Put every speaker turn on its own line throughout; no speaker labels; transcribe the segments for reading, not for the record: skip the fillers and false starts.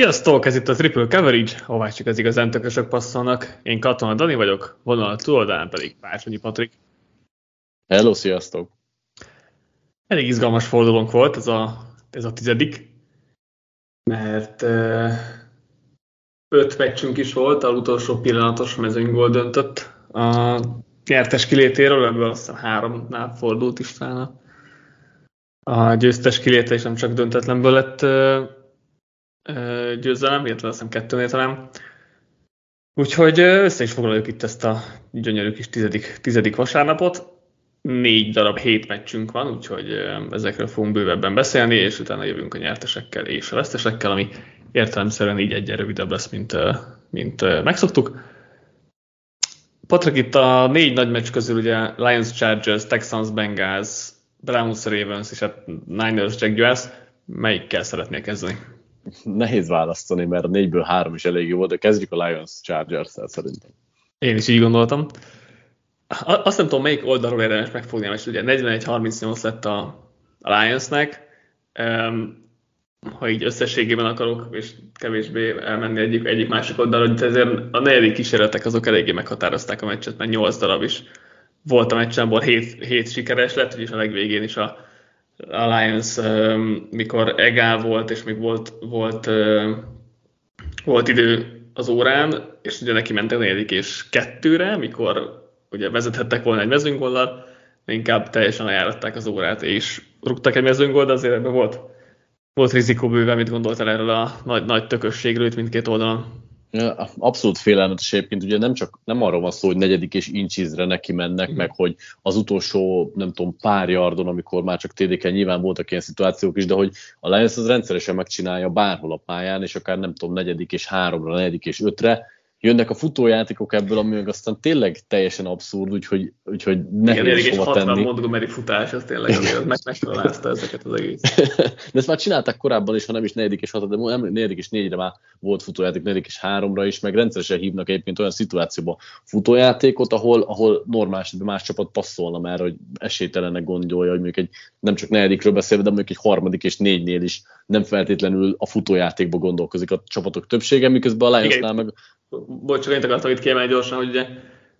Sziasztok, ez itt a Triple Coverage, ahová csak az igazán tökösök passzolnak. Én Katona Dani vagyok, vonal túloldalán pedig Bársonyi Patrik.
Hello, sziasztok!
Elég izgalmas fordulónk volt ez a 10., mert 5 meccsünk is volt, az utolsó pillanatos mezőnygól döntött a nyertes kilétéről, ebből azt hiszem 3-nál fordult István a győztes kiléte, és nem csak döntetlenből lett győzelem, illetve azt hiszem 2-nél talán. Úgyhogy össze is foglaljuk itt ezt a gyönyörű kis 10. vasárnapot. 4 darab 7 meccsünk van, úgyhogy ezekről fogunk bővebben beszélni, és utána jövünk a nyertesekkel és a vesztesekkel, ami értelemszerűen így egyen rövidebb lesz, mint megszoktuk. Patrik, itt a 4 nagy meccs közül ugye Lions, Chargers, Texans, Bengals, Browns, Ravens és a Niners, Jaguars, melyikkel szeretnél kezdeni?
Nehéz választani, mert a 4-ből 3 is elég jó volt, de kezdjük a Lions Chargers-szel szerintem.
Én is így gondoltam. Azt nem tudom, melyik oldalról érdemes megfogni, és ugye 41-38 lett a Lionsnek. Ha így összességében akarok, és kevésbé elmenni egyik másik oldalra, de ezért a negyedik kísérletek azok eléggé meghatározták a meccset, mert 8 darab is volt a meccsen, abból 7 sikeres lett, úgyis a legvégén is a Lions, mikor egál volt, és még volt idő az órán, és ugye neki mentek 4. és 2-re, mikor ugye vezethettek volna egy mezőnygollal, de inkább teljesen lejáratták az órát, és rúgtak egy mezőnygolt, de azért ebben volt rizikó bőven, mit gondoltál erről a nagy tökösségről itt mindkét oldalon?
Ja, abszolút félelmetes egyébként, ugye nem arról van szó, hogy 4. és inchizre neki mennek, meg hogy az utolsó, nem tudom, pár yardon, amikor már csak TD-ken nyilván voltak ilyen szituációk is, de hogy a Lions az rendszeresen megcsinálja bárhol a pályán, és akár nem tudom, 4. és 3-ra, 4. és 5-re, jönnek a futójátékok ebből, ami meg aztán tényleg teljesen abszurd, úgyhogy nehéz is hova tenni.
Igen, Montgomery futás, az tényleg megtalálta ezeket az egész.
De ezt már csinálták korábban is, ha nem is 4. és 6, de nem 4. és 4-re már volt futójáték, 4. és 3-ra is, meg rendszeresen hívnak egyébként olyan szituációban futójátékot, ahol normális esetben más csapat passzolna már, hogy esélytelennek gondolja, hogy mondjuk nem csak 4-ről beszélve, de mondjuk egy 3. és 4-nél is nem feltétlenül a futójátékba gondolkozik a csapatok többsége, miközben a Lionsnál meg
bocs, csak én akartam itt kiemelni gyorsan, hogy ugye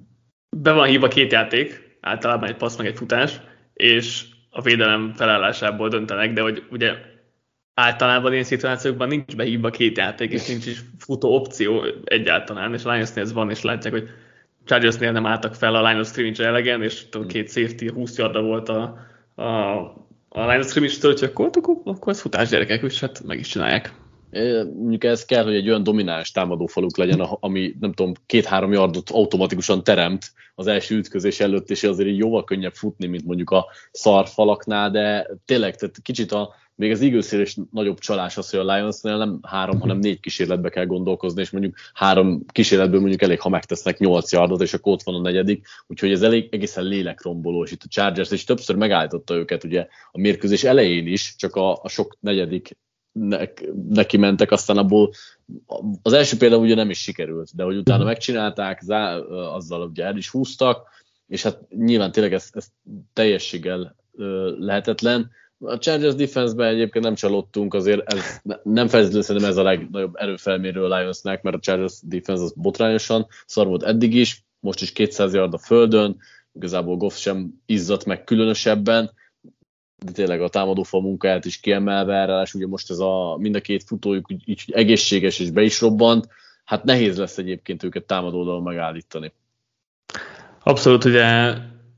be van hívva 2 játék, általában egy passz meg egy futás, és a védelem felállásából döntenek, de hogy ugye általában ilyen szituációkban nincs behívva 2 játék, és nincs is futó opció egyáltalán, és a Lionsnél ez van, és látják, hogy Chargersnél nem álltak fel a line of scrimmage elegen, és 2 safety 20 yardra volt a line of scrimmage-től, hogy akkor ez futás, gyerekek, és hát meg is csinálják.
Mondjuk ez kell, hogy egy olyan domináns támadófaluk legyen, ami nem tudom, 2-3 yardot automatikusan teremt az első ütközés előtt, és azért így jóval könnyebb futni, mint mondjuk a szarfalaknál, de tényleg, tehát kicsit még az Eaglesnél is nagyobb csalás az, hogy a Lionsnél nem 3, hanem 4 kísérletbe kell gondolkozni, és mondjuk 3 kísérletből mondjuk elég, ha megtesznek 8 yardot, és akkor ott van a 4. Úgyhogy ez egészen lélekromboló, és itt a Chargers is többször megállította őket ugye a mérkőzés elején is, csak a sok 4. neki mentek, aztán abból az első például ugye nem is sikerült, de hogy utána megcsinálták, azzal ugye el is húztak, és hát nyilván tényleg ez teljességgel lehetetlen. A Chargers defense-ben egyébként nem csalódtunk, azért nem feltétlenül szerintem ez a legnagyobb erőfelmérő a Lionsnek, mert a Chargers defense az botrányosan szar volt eddig is, most is 200 yard a földön, igazából Goff sem izzadt meg különösebben, de tényleg a támadófal munkáját is kiemelve, ráadásul ugye most ez mind a 2 futójuk így egészséges és be is robbant, hát nehéz lesz egyébként őket támadó oldalon megállítani.
Abszolút, ugye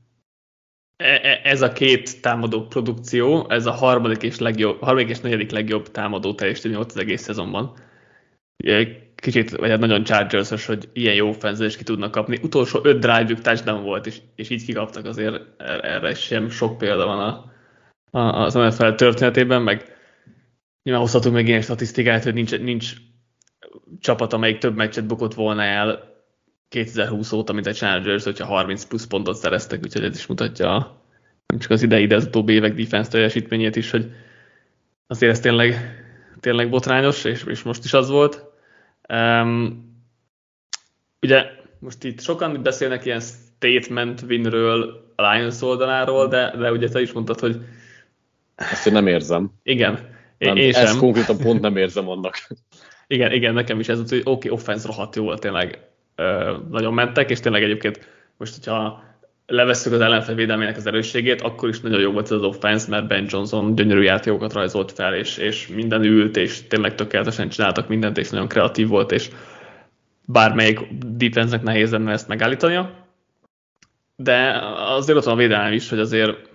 ez a 2 támadó produkció, ez a 3. és 4. legjobb támadó teljesítmény volt az egész szezonban. Kicsit, vagy hát nagyon Chargers-os, hogy ilyen jó offense-t ki tudnak kapni. Utolsó 5 drive-ük touchdown volt, és így kikaptak, azért erre sem sok példa van az NFL történetében, meg nyilván hozhatunk meg ilyen statisztikát, hogy nincs csapat, amelyik több meccset bukott volna el 2020 óta, mint a Chargers, hogyha 30 plusz pontot szereztek, úgyhogy ez is mutatja nem csak az idei, de az utóbbi évek defense teljesítményét is, hogy azért ez tényleg botrányos, és most is az volt. Ugye most itt sokan beszélnek ilyen statement winről a Lions oldaláról, de ugye te is mondtad, hogy
ezt én nem érzem.
Igen.
Ezt konkrétan pont nem érzem annak.
Igen, nekem is ez az, hogy oké, offense rohadt jó volt, tényleg nagyon mentek, és tényleg egyébként most, hogyha levesszük az ellenfél védelmének az erősségét, akkor is nagyon jó volt ez az offense, mert Ben Johnson gyönyörű játékokat rajzolt fel, és minden ült, és tényleg tökéletesen csináltak mindent, és nagyon kreatív volt, és bármelyik defense-nek nehéz lenne ezt megállítania. De azért ott van a védelem is, hogy azért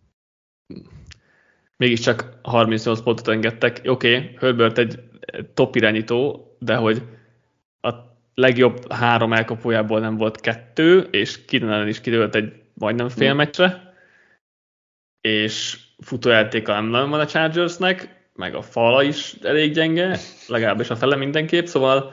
mégiscsak 38 pontot engedtek. Oké, Herbert egy top irányító, de hogy a legjobb 3 elkapójából nem volt 2, és Keenan Allen is kidőlt egy majdnem fél meccsre, és futójátéka nem nagyon van a Chargersnek, meg a fala is elég gyenge, legalábbis a fele mindenképp, szóval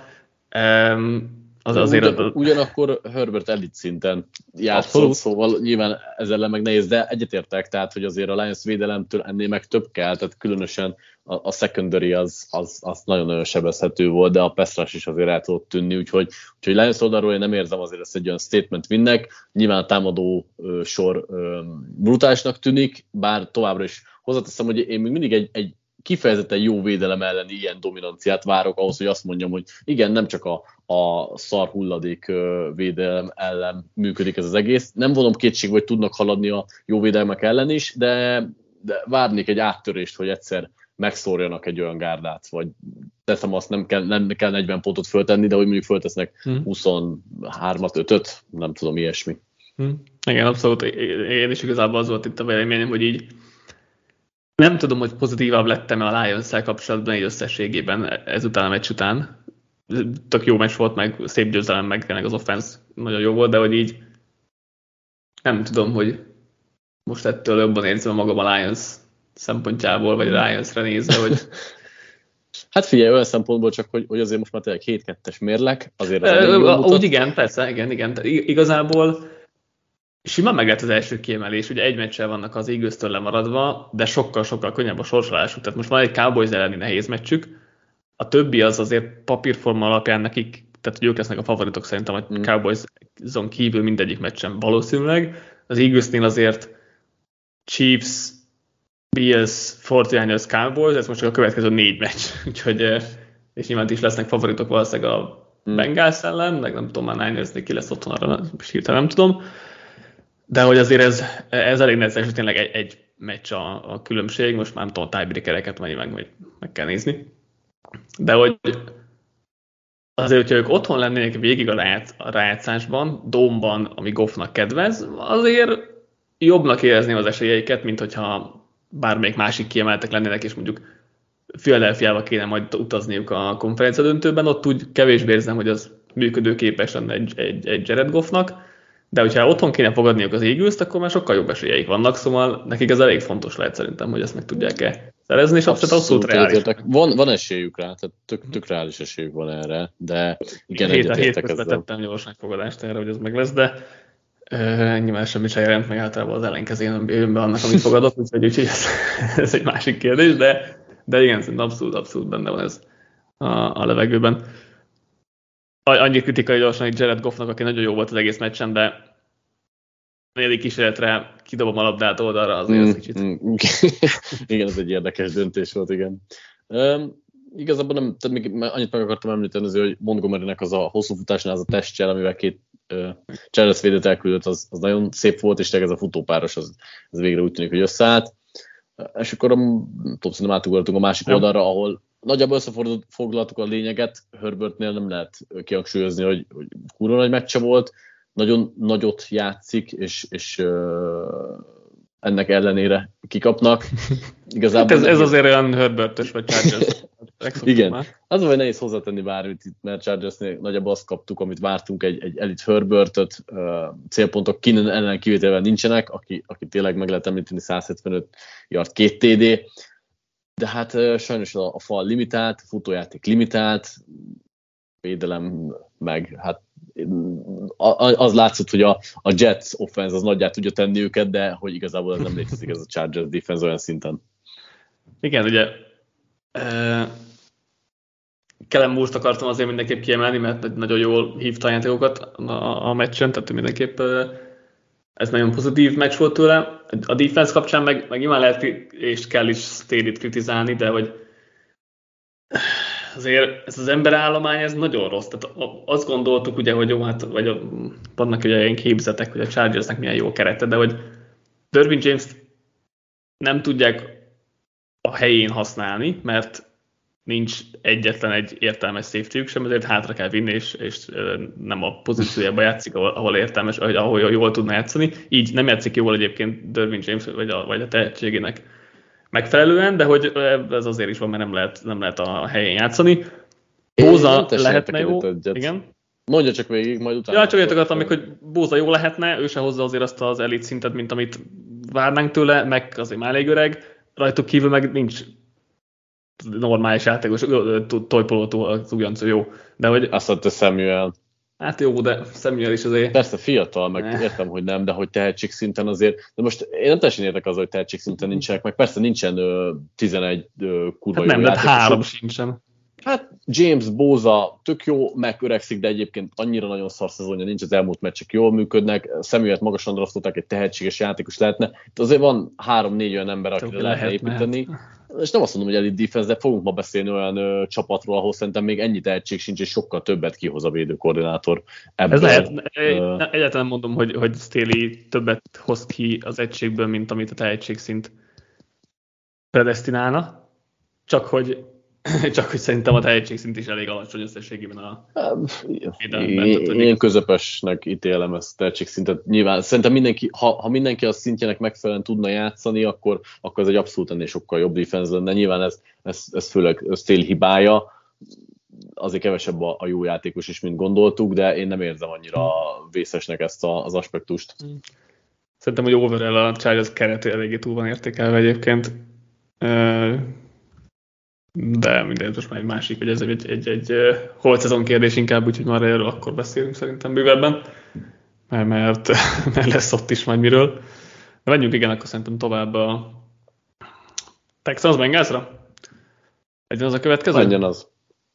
azért...
Ugyanakkor Herbert elit szinten játszott, szóval nyilván ezzel meg nehéz, de egyetértek, tehát hogy azért a Lions védelemtől ennél meg több kell, tehát különösen a secondary az nagyon-nagyon sebezhető volt, de a pass rush is azért el tudott tűnni, úgyhogy Lions oldalról én nem érzem azért ezt egy olyan statement winnek, nyilván a támadó sor brutálisnak tűnik, bár továbbra is hozzáteszem, hogy én még mindig egy kifejezetten jó védelem elleni ilyen dominanciát várok ahhoz, hogy azt mondjam, hogy igen, nem csak a szar hulladék védelem ellen működik ez az egész. Nem vonom kétségbe, hogy tudnak haladni a jó védelmek ellen is, de várnék egy áttörést, hogy egyszer megszórjanak egy olyan gárdát, vagy teszem azt, nem kell 40 pontot föltenni, de hogy mondjuk föltesznek 23-at, 5-öt, nem tudom, ilyesmi.
Igen, abszolút. Én is igazából az volt itt a véleményem, hogy így nem tudom, hogy pozitívabb lettem-e a Lions-szel kapcsolatban egy összességében ezután a meccs után. Tök jó meccs volt, meg szép győzelem, meg az offense nagyon jó volt, de hogy így nem tudom, hogy most ettől jobban érzem magam a Lions szempontjából, vagy a Lions-re nézve, hogy...
Hát figyelj, olyan szempontból csak, hogy azért most már tényleg 7-2-es mérlek, azért
úgy igen, persze, igen. Igazából simán meg lett az első kiemelés, ugye egy meccsel vannak az Eagles-től lemaradva, de sokkal-sokkal könnyebb a sorsolásuk. Tehát most van egy Cowboys elleni nehéz meccsük, a többi az azért papírforma alapján nekik, tehát hogy ők lesznek a favoritok szerintem a Cowboys-on kívül mindegyik meccsen valószínűleg. Az Eaglesnél azért Chiefs, Bills, 49ers, Cowboys, ez most csak a következő 4 meccs, úgyhogy és nyilván is lesznek favoritok valószínűleg a Bengals ellen, meg nem tudom, már Ninersnél ki lesz otthon, arra hirtelen nem tudom. De hogy azért ez elég nehéz, hogy tényleg egy meccs a különbség, most már nem tudom, a tiebreakereket meg kell nézni. De hogy azért, hogyha ők otthon lennének végig a rájátszásban, Dome-ban, ami Goffnak kedvez, azért jobbnak érezném az esélyeiket, mint hogyha bármelyik másik kiemeltek lennének, és mondjuk Philadelphiába kéne majd utazniuk a konferencia döntőben, ott úgy kevésbé érzem, hogy az működőképes lenne egy Jared Goffnak, de hogyha otthon kéne fogadniuk az Eagles-t, akkor már sokkal jobb esélyeik vannak, szóval nekik ez elég fontos lehet szerintem, hogy ezt meg tudják-e szerezni, és abszolút reális.
Van esélyük rá, tehát tök reális esélyük van erre, de igen, egyetértek ezzel.
Tettem gyors megfogadást erre, hogy ez meg lesz, de nyilván semmi sem jelent meg általában az ellenkezőjén jön be annak, amit fogadott, úgyhogy ez egy másik kérdés, de igen, szerintem abszolút benne van ez a levegőben. Annyi kritikai gyorsan, hogy Jared Goffnak, aki nagyon jó volt az egész meccsen, de a negyedik kísérletre kidobom a labdát oldalra, azért az kicsit.
Igen, ez egy érdekes döntés volt, igen. Igazából nem, tehát még annyit meg akartam említeni, hogy Montgomerynek az a hosszú futásnál az a testcsel, amivel 2 Charles védőt elküldött, az nagyon szép volt, és ez a futópáros, ez végre úgy tűnik, hogy összeállt. És akkor szerintem átugortunk a másik oldalra, ahol nagyjából összefoglaltuk a lényeget. Herbertnél nem lehet kihangsúlyozni, hogy kurva nagy meccse volt, nagyon nagyot játszik, és ennek ellenére kikapnak.
Igazából ez azért olyan Herbertes vagy Chargers.
Igen, az vagy nehéz hozzátenni bármit itt, mert Chargersnél nagyjából azt kaptuk, amit vártunk, egy elit Herbertet, célpontok Keenan ellen kivételvel nincsenek, aki tényleg meg lehet említeni 175 yard 2 TD, de hát sajnos a fal limitált, a futójáték limitált, védelem meg, hát az látszott, hogy a Jets offense az nagyját tudja tenni őket, de hogy igazából ez nem létezik, ez a Chargers defense olyan szinten.
Igen, ugye Kellen Moore-t akartam azért mindenképp kiemelni, mert nagyon jól hívta a játékokat a meccsen, tehát mindenképp ez nagyon pozitív meccs volt tőle. A defense kapcsán meg nyilván lehet és kell is Staley-t kritizálni, de hogy azért ez az emberállomány, ez nagyon rossz. Tehát azt gondoltuk ugye, hogy jó, hát, vagy vannak ugye ilyen képzetek, hogy a Chargersnek milyen jó kerete, de hogy Derwin James-t nem tudják a helyén használni, mert nincs egyetlen egy értelmes safety-ük sem, ezért hátra kell vinni, és nem a pozíciójába játszik, ahol értelmes, ahol jól tudna játszani. Így nem játszik jól egyébként Derwin James, vagy a tehetségének megfelelően, de hogy ez azért is van, mert nem lehet a helyén játszani. Bosa lehetne jó. Igen?
Mondja csak végig, majd utána.
Ja, csak értek akartam, hogy Bosa jó lehetne, ő se hozza azért azt az elit szintet, mint amit várnánk tőle, meg azért már elég öreg, rajtuk kívül meg nincs normális játékos, Toipolótól az ugyancó jó. De hogy...
Azt mondta Samuel.
Hát jó, de Samuel is azért...
Persze fiatal, meg értem, hogy nem, de hogy tehetségszinten azért... De most én nem teljesen értek azzal, hogy tehetségszinten nincsenek, meg persze nincsen 11 kurva
hát
jó
nem, de 3 sincsen.
Hát James, Bosa tök jó, meg öregszik, de egyébként annyira nagyon szar szezonja nincs, az elmúlt meccsek jól működnek, Samuelt magasan draftolták, egy tehetséges játékos lehetne. De azért van 3-4 olyan ember, akire lehetne építeni. És nem azt mondom, hogy elite defense, de fogunk ma beszélni olyan csapatról, ahol szerintem még ennyi tehetség sincs, és sokkal többet kihoz a védőkoordinátor ebből.
Ez lehet. Egyáltalán mondom, hogy Staley többet hoz ki az egységből, mint amit a tehetségszint predesztinálna. Csak hogy szerintem a tehetségszint is elég alacsony összességében a védelemben.
Én közepesnek ítélem ezt a tehetségszintet. Nyilván szerintem mindenki, ha mindenki a szintjének megfelelően tudna játszani, akkor ez egy abszolút ennél sokkal jobb defense lenne. Nyilván ez főleg Staley hibája. Azért kevesebb a jó játékos is, mint gondoltuk, de én nem érzem annyira vészesnek ezt az aspektust.
Szerintem, hogy overall a Chargers keret eléggé túl van értékelve egyébként. De mindegy, most már egy másik, hogy ez egy holt szezon kérdés inkább, úgyhogy már erről akkor beszélünk szerintem bővebben, mert lesz ott is majd miről. De menjünk igen, akkor szerintem tovább a Texans Bengalsra. Legyen az a következő?
Legyen az.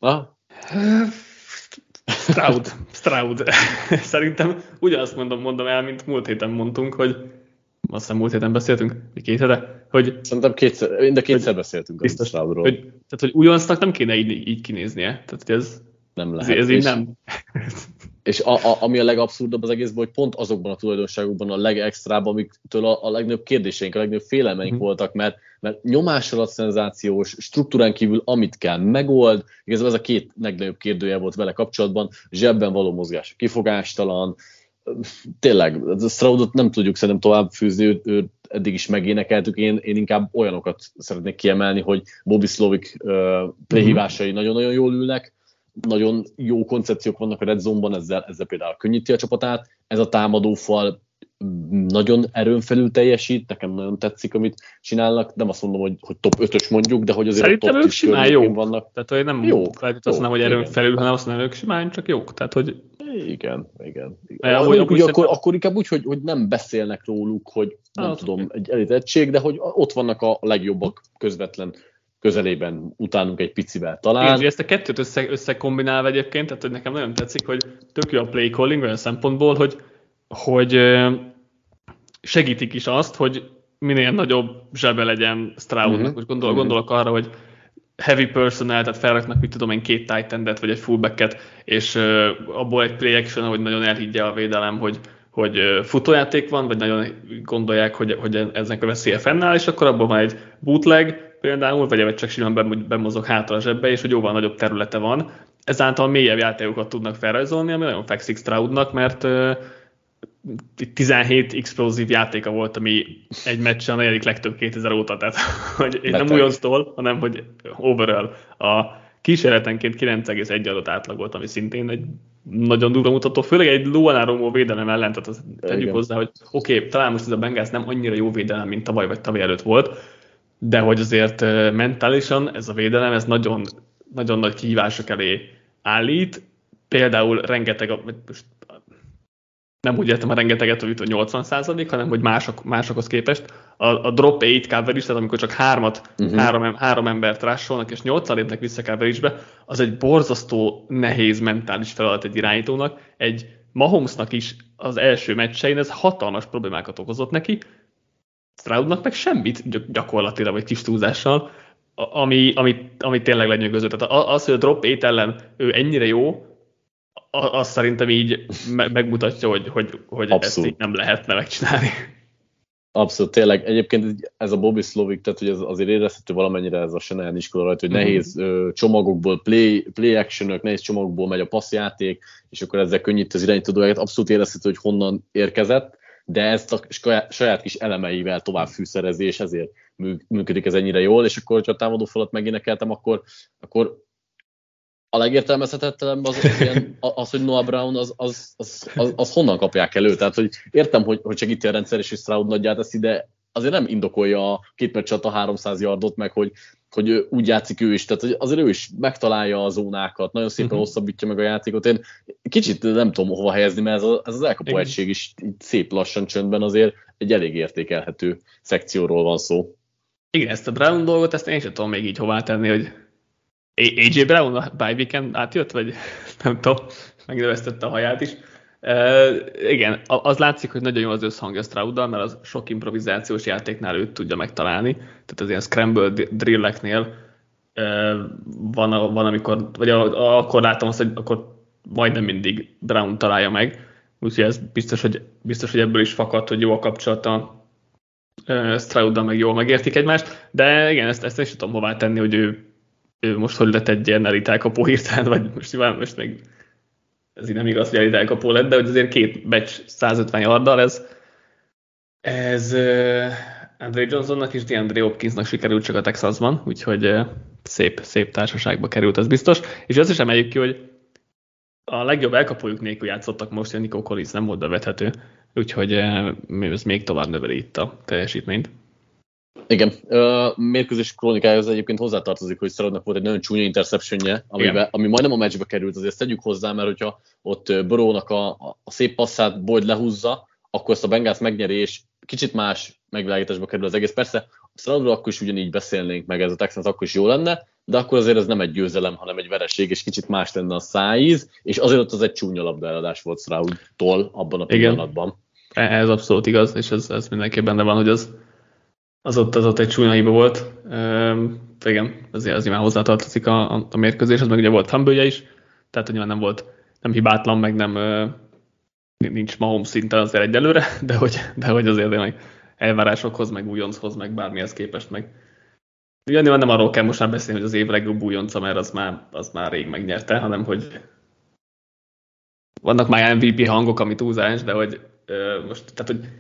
Stroud. Szerintem ugyanazt mondom el, mint múlt héten mondtunk, hogy azt hiszem múlt héten beszéltünk, vagy 2 hete, hogy...
Szerintem kétszer beszéltünk a Stroudról.
Tehát, hogy ugyanaznak nem kéne így kinéznie. Tehát, hogy ez
nem lehet.
Ez így nem.
És ami a legabszurdabb az egészben, hogy pont azokban a tulajdonságokban a legextrább, amiktől a legnagyobb kérdéseink, a legnagyobb félelmeink voltak, mert nyomás alatt szenzációs, struktúrán kívül amit kell megold, igazából ez a 2 legnagyobb kérdője volt vele kapcsolatban, zsebben való mozgás kifogástalan, tényleg, a Stroudot nem tudjuk szerintem tovább fűzni, őt eddig is megénekeltük, én inkább olyanokat szeretnék kiemelni, hogy Bobby Slovic playhívásai nagyon-nagyon jól ülnek, nagyon jó koncepciók vannak a red zone-ban, ezzel például könnyíti a csapatát, ez a támadófal nagyon erőn felül teljesít, nekem nagyon tetszik, amit csinálnak, nem azt mondom, hogy top 5-ös mondjuk, de hogy azért
szerintem
a top 10 környékén
vannak. Tehát, hogy nem jó, azt mondom, hogy erőn felül, hanem azt mondom, hogy ők simán, csak jók. Tehát, hogy...
Igen. Akkor inkább úgy, hogy nem beszélnek róluk, hogy nem tudom, egy elítettség, de hogy ott vannak a legjobbak közvetlen közelében, utánunk egy picivel talán.
Igen, ezt a kettőt összekombinálva egyébként, tehát hogy nekem nagyon tetszik, hogy tök jó a play calling olyan szempontból, hogy segítik is azt, hogy minél nagyobb zsebe legyen Stroudnak. Most gondolok arra, hogy heavy personnel, tehát felraknak, mit tudom én, 2 tight endet, vagy egy fullbacket, és abból egy play action, hogy nagyon elhiggye a védelem, hogy futójáték van, vagy nagyon gondolják, hogy eznek a veszélye fennáll, és akkor abból van egy bootleg például, vagy csak simán bemozog hátra a zsebbe, és hogy jóval nagyobb területe van. Ezáltal mélyebb játékokat tudnak felrajzolni, ami nagyon fekszik Stroudnak, mert 17 explozív játéka volt, ami egy meccsen a negyedik legtöbb 2000 óta, tehát hogy nem újonctól, hanem hogy overall a kísérletenként 9,1 adott átlagolt, ami szintén egy nagyon durva mutató, főleg egy Luana Romo védelem ellen, tehát azt tegyük hozzá, hogy oké, talán most ez a Bengals nem annyira jó védelem, mint tavaly vagy tavaly előtt volt, de hogy azért mentálisan ez a védelem, ez nagyon, nagyon nagy kihívások elé állít, például rengeteg, nem úgy értem a rengeteget, hogy 80%, hanem hogy másokhoz képest. A drop 8 coverage, tehát amikor csak három embert rássolnak, és 8-al lépnek vissza coverage-be, az egy borzasztó nehéz mentális feladat egy irányítónak. Egy Mahomesnak is az első meccsein ez hatalmas problémákat okozott neki, Stroudnak meg semmit gyakorlatilag, vagy kis túlzással. ami tényleg lenyűgöző. Tehát az, hogy a drop 8 ellen ő ennyire jó, az szerintem így megmutatja, hogy ezt így nem lehetne megcsinálni.
Abszolút, tényleg. Egyébként ez a Bobby Slovic, tehát hogy ez azért érezhető valamennyire ez a Shanahan iskola rajta, hogy nehéz csomagokból, play actionök, nehéz csomagokból megy a passzjáték, és akkor ezzel könnyít az irányító dolgokat. Abszolút érezhető, hogy honnan érkezett, de ezt a saját kis elemeivel tovább fűszerezi, és ezért működik ez ennyire jól, és akkor, hogyha a támadó falat megénekeltem, akkor a legértelmezhetetlenebb az, hogy Noah Brown, az honnan kapják elő. Tehát, hogy értem, hogy segíti a rendszer, és hogy Stroud nagyját teszi, de azért nem indokolja a 2 meccs alatt a 300 yardot, meg hogy úgy játszik ő is. Tehát hogy azért ő is megtalálja a zónákat, nagyon szépen hosszabbítja meg a játékot. Én kicsit nem tudom hova helyezni, mert ez az elkapó egység is szép lassan csöndben azért egy elég értékelhető szekcióról van szó.
Igen, ezt a Brown dolgot, ezt én sem tudom még így hová tenni, hogy AJ Brown a bye weekend átjött, vagy nem tudom, megnövesztette a haját is. Igen, az látszik, hogy nagyon jó az összhangja Strouddal, mert az sok improvizációs játéknál őt tudja megtalálni. Tehát az ilyen scramble drilleknél van amikor, vagy akkor látom azt, hogy akkor majdnem mindig Brown találja meg. Úgyhogy ez biztos, hogy ebből is fakad, hogy jó a kapcsolata Strouddal, meg jól megértik egymást. De igen, ezt én sem tudom hová tenni, hogy ő most hogy lett egy ilyen elit elkapó hirtelen, vagy most még ez így nem igaz, hogy elit elkapó lett, de hogy azért 2 meccs 150 yarddal, ez Andre Johnsonnak és DeAndre Hopkinsnak sikerült csak a Texasban, úgyhogy szép társaságba került, ez biztos. És azt is emeljük ki, hogy a legjobb elkapójuk nélkül játszottak most, hogy Nico Collins nem volt bevethető, úgyhogy ez még tovább növeli itt a teljesítményt.
Igen, mérkőzés krónikájához egyébként hozzátartozik, hogy Stroudnak volt egy nagyon csúnya interceptionje, ami majdnem a meccsbe került, azért ezt tegyük hozzá, mert hogyha ott Burrownak a szép passzát Boyd lehúzza, akkor ezt a Bengals megnyeri, és kicsit más megvilágításba kerül az egész. Persze a Stroudról akkor is ugyanígy beszélnénk meg, ez a Texans akkor is jó lenne, de akkor azért ez nem egy győzelem, hanem egy vereség, és kicsit más lenne a szájíz, és azért ott az egy csúnya labdaeladás volt Stroudtól abban a pillanatban.
Igen, ez abszolút igaz, és ez mindenképpen benne van, hogy az ott egy csúnya hiba volt. Igen, azért már hozzátartozik a mérkőzéshez, meg ugye volt fumble-je is, tehát nyilván nem hibátlan, meg nem nincs Mahomes szinten azért egyelőre, de hogy azért meg elvárásokhoz, meg újonchoz, meg bármihez képest meg. Ugye nem arról kell most már beszélni, hogy az év legjobb újonca, mert az már rég megnyerte, hanem hogy vannak már MVP hangok, ami túlzás, de hogy most, tehát hogy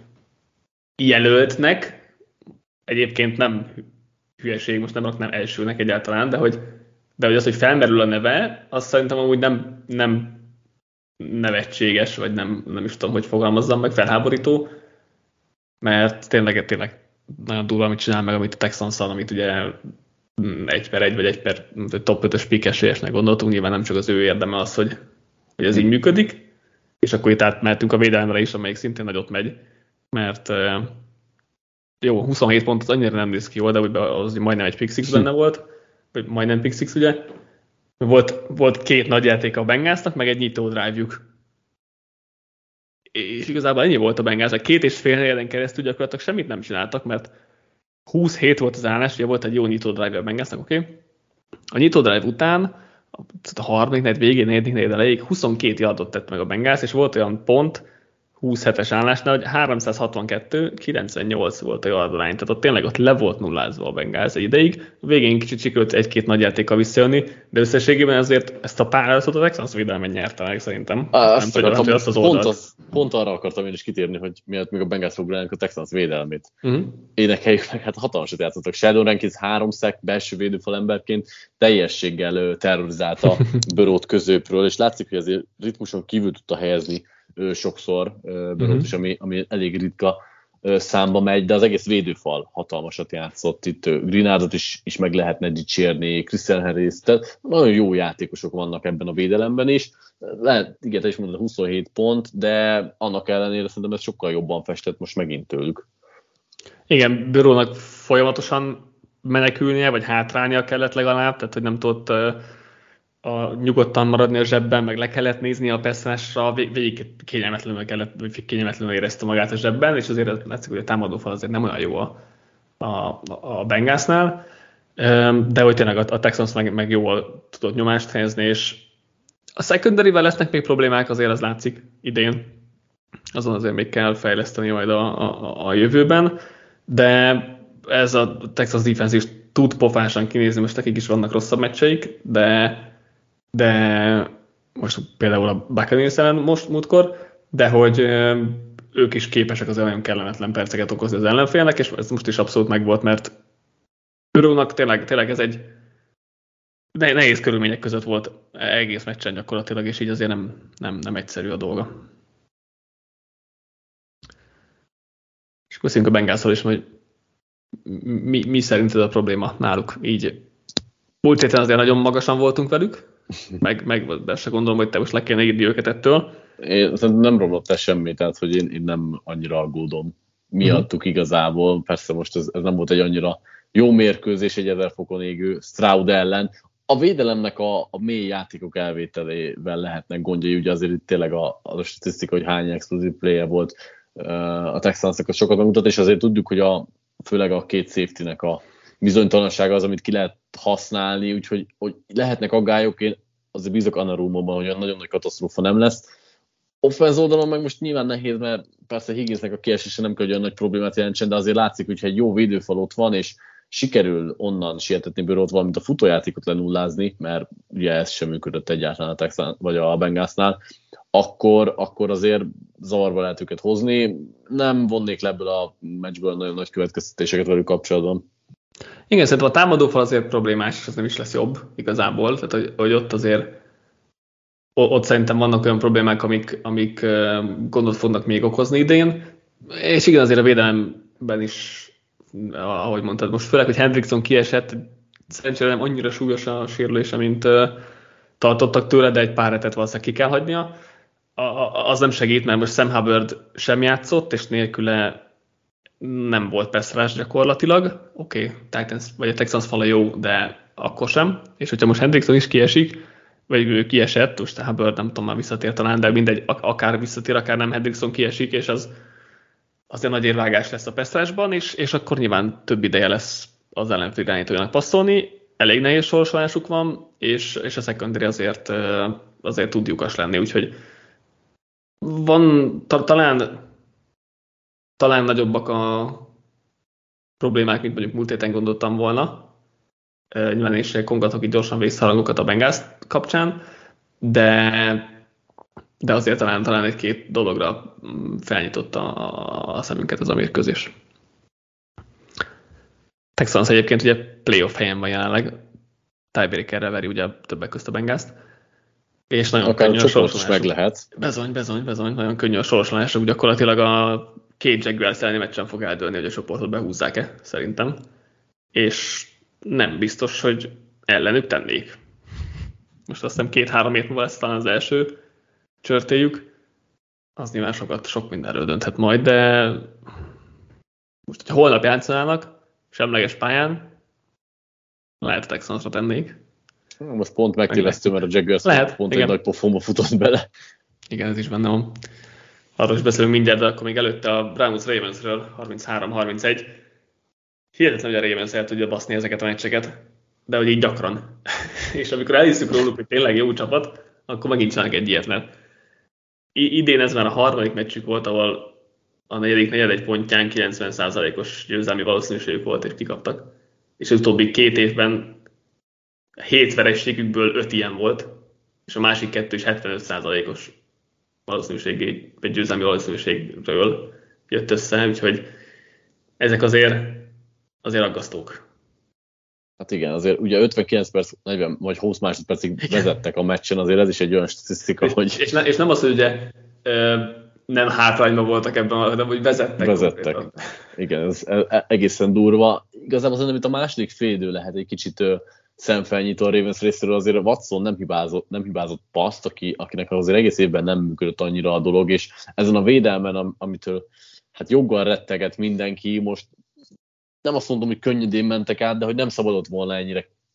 jelöltnek, egyébként nem hülyeség, most nem raknám elsőnek egyáltalán, de hogy az, hogy felmerül a neve, azt szerintem amúgy nem nevetséges, vagy nem is tudom, hogy fogalmazzam meg, felháborító, mert tényleg nagyon durva, amit csinál meg, amit a Texans-szal, amit ugye 1/1 vagy 1/, top 5-ös pick esélyesnek gondoltunk, nyilván nem csak az ő érdeme az, hogy ez így működik, és akkor itt átmehetünk a védelemre is, amelyik szintén nagyot megy, mert jó, 27 pont az annyira nem néz ki jól, de az majdnem egy pick six benne volt, vagy majdnem pick six, ugye. Volt 2 nagy játék a Bengalsnak, meg egy nyitó drive-juk. És igazából ennyi volt a Bengalsnak. 2,5 negyeden keresztül gyakorlatilag semmit nem csináltak, mert 27 volt az állás, ugye volt egy jó nyitó drive a Bengalsnak, oké? A nyitó drive után, a harmadik negyed végén, negyedik negyed elejéig 22 yardot tett meg a Bengals, és volt olyan pont, 27-es állásnál, hogy 362-98 volt a yardarány, tehát ott tényleg le volt nullázva a Bengals egy ideig, a végén kicsit sikerült 1-2 nagy játékkal visszajönni, de összességében azért ezt a pályázatot a Texans védelmen nyerte meg szerintem.
Pont arra akartam én is kitérni, hogy miatt még a Bengals foglalják a Texans védelmét. Énekeljük meg, hát hatalmasat játszottak. Sheldon Rankins 3 sack belső védőfal emberként teljességgel terrorizálta Burrowt középről, és látszik, hogy azért ritmuson kívül tudta helyezni sokszor Burrowt is, ami elég ritka számba megy, de az egész védőfal hatalmasat játszott. Itt Greenardot is meg lehetne dicsérni, Christian Harris, tehát nagyon jó játékosok vannak ebben a védelemben is. Lehet, igen, te is mondod, 27 pont, de annak ellenére szerintem ez sokkal jobban festett most megint tőlük.
Igen, Burrownak folyamatosan menekülnie, vagy hátrálnia kellett legalább, tehát hogy nem tudott nyugodtan maradni a zsebben, meg le kellett nézni a passzásra, végig kényelmetlenül érezte magát a zsebben, és azért látszik, hogy a támadófal azért nem olyan jó a Bengalsnál. De hogy tényleg a Texans meg jól tudott nyomást helyezni, és a secondary-vel lesznek még problémák, azért az látszik idén. Azon azért még kell fejleszteni majd a jövőben, de ez a Texas defense is tud pofásan kinézni, most nekik is vannak rosszabb meccseik, de most például a Buccaneers ellen múltkor, de hogy ők is képesek az nagyon kellemetlen perceket okozni az ellenfélnek, és ez most is abszolút megvolt, mert Burrownak tényleg ez egy nehéz körülmények között volt egész meccsen gyakorlatilag, és így azért nem egyszerű a dolga. És beszéljünk a Bengalsról is, hogy mi szerinted a probléma náluk? Így múlt héten azért nagyon magasan voltunk velük, meg de se gondolom, hogy te most le kéne írni őket ettől.
Én nem romlott el semmi, tehát hogy én nem annyira aggódom miattuk igazából. Persze most ez nem volt egy annyira jó mérkőzés egy 1000 fokon égő Stroud ellen. A védelemnek a mély játékok elvételével lehetnek gondjai, ugye azért itt tényleg a statisztika, hogy hány explosive play volt a Texansnak, az sokat megmutat, és azért tudjuk, hogy főleg a két safety-nek a bizonytalansága az, amit ki lehet használni, úgyhogy hogy lehetnek aggályok, én azért bízok Anarumóban, hogy olyan nagyon nagy katasztrófa nem lesz. Offense oldalon meg most nyilván nehéz, mert persze Higginsnek a kiesése nem kell, hogy olyan nagy problémát jelentsen, de azért látszik, hogyha egy jó védőfal ott van, és sikerül onnan sietetni Burrowt, valamint a futójátékot lenullázni, mert ugye ez sem működött egyáltalán a Texans vagy a Bengalsnál, akkor azért zavarba lehet őket hozni. Nem vonnék le ebből a meccsből nagyon nagy következtetéseket velük kapcsolatban.
Igen, szerintem a támadófal azért problémás, és az nem is lesz jobb igazából. Tehát, hogy ott azért ott szerintem vannak olyan problémák, amik gondot fognak még okozni idén. És igen, azért a védelemben is, ahogy mondtad, most főleg, hogy Hendrickson kiesett, szerencsére nem annyira súlyos a sérülése, mint tartottak tőle, de egy pár hetet valószínűleg ki kell hagynia. Az nem segít, mert most Sam Hubbard sem játszott, és nélküle nem volt pass gyakorlatilag. Oké, Titans vagy a Texans fala jó, de akkor sem. És hogyha most Hendrickson is kiesik, vagy ő kiesett, most a Hubbard nem tudom, már visszatér talán, de mindegy, akár visszatér, akár nem, Hendrickson kiesik, és az azért nagy érvágás lesz a pass és akkor nyilván több ideje lesz az ellenfél irányítójának passzolni. Elég nehéz sorsolásuk van, és a secondary azért tud lyukas lenni, úgyhogy van talán nagyobbak a problémák, mint mondjuk múlt héten gondoltam volna. Nyilván én is kongatok itt gyorsan vészharangokat a Bengals kapcsán, de azért talán egy-két dologra felnyitotta a szemünket az a mérkőzés. Texans egyébként ugye playoff helyen van jelenleg, tiebreakerrel veri ugye többek közt a Bengalst, és nagyon
akár
könnyű a sorsolás.
Meg lehet.
Bezony, nagyon könnyű a sorsolásuk, gyakorlatilag a két Jaguars elleni meccsen fog eldőlni, hogy a csoportot behúzzák-e, szerintem. És nem biztos, hogy ellenük tennék. Most azt hiszem 2-3 év múlva lesz talán az első csörtéjük. Az nyilván sok mindenről dönthet majd, de most, hogyha holnap játszanának, semleges pályán, lehet a Texansra tennék.
Most pont megtévesztő, mert a Jaguars pont igen. Egy nagy pofonba futott bele.
Igen, ez is benne van. Arról is beszélünk mindjárt, de akkor még előtte a Browns Ravensről 33-31. Hihetetlen, hogy a Ravens el tudja baszni ezeket a meccseket, de hogy így gyakran. És amikor elhiszük róluk, hogy tényleg jó csapat, akkor megint csinálnak egy ilyet, mert idén ez már a harmadik meccsük volt, ahol a negyedik pontján 90%-os győzelmi valószínűségük volt, és kikaptak. És az utóbbi 2 évben 7 vereségükből 5 ilyen volt, és a másik 2 is 75%-os valószínűségi, vagy győzelmi valószínűségről jött össze, úgyhogy ezek azért aggasztók.
Hát igen, azért ugye 59 perc, 40 vagy 20 másodpercig vezettek a meccsen, azért ez is egy olyan statisztika, hogy...
És nem az, hogy ugye nem hátrányban voltak ebben, hanem hogy vezettek.
Igen, ez egészen durva. Igazából szerintem itt a második félidő lehet egy kicsit szemfelnyitó a Ravens részéről, azért Watson nem hibázott paszt, akinek azért egész évben nem működött annyira a dolog, és ezen a védelmen, amitől hát joggal retteget mindenki, most nem azt mondom, hogy könnyedén mentek át, de hogy nem szabadott volna ennyire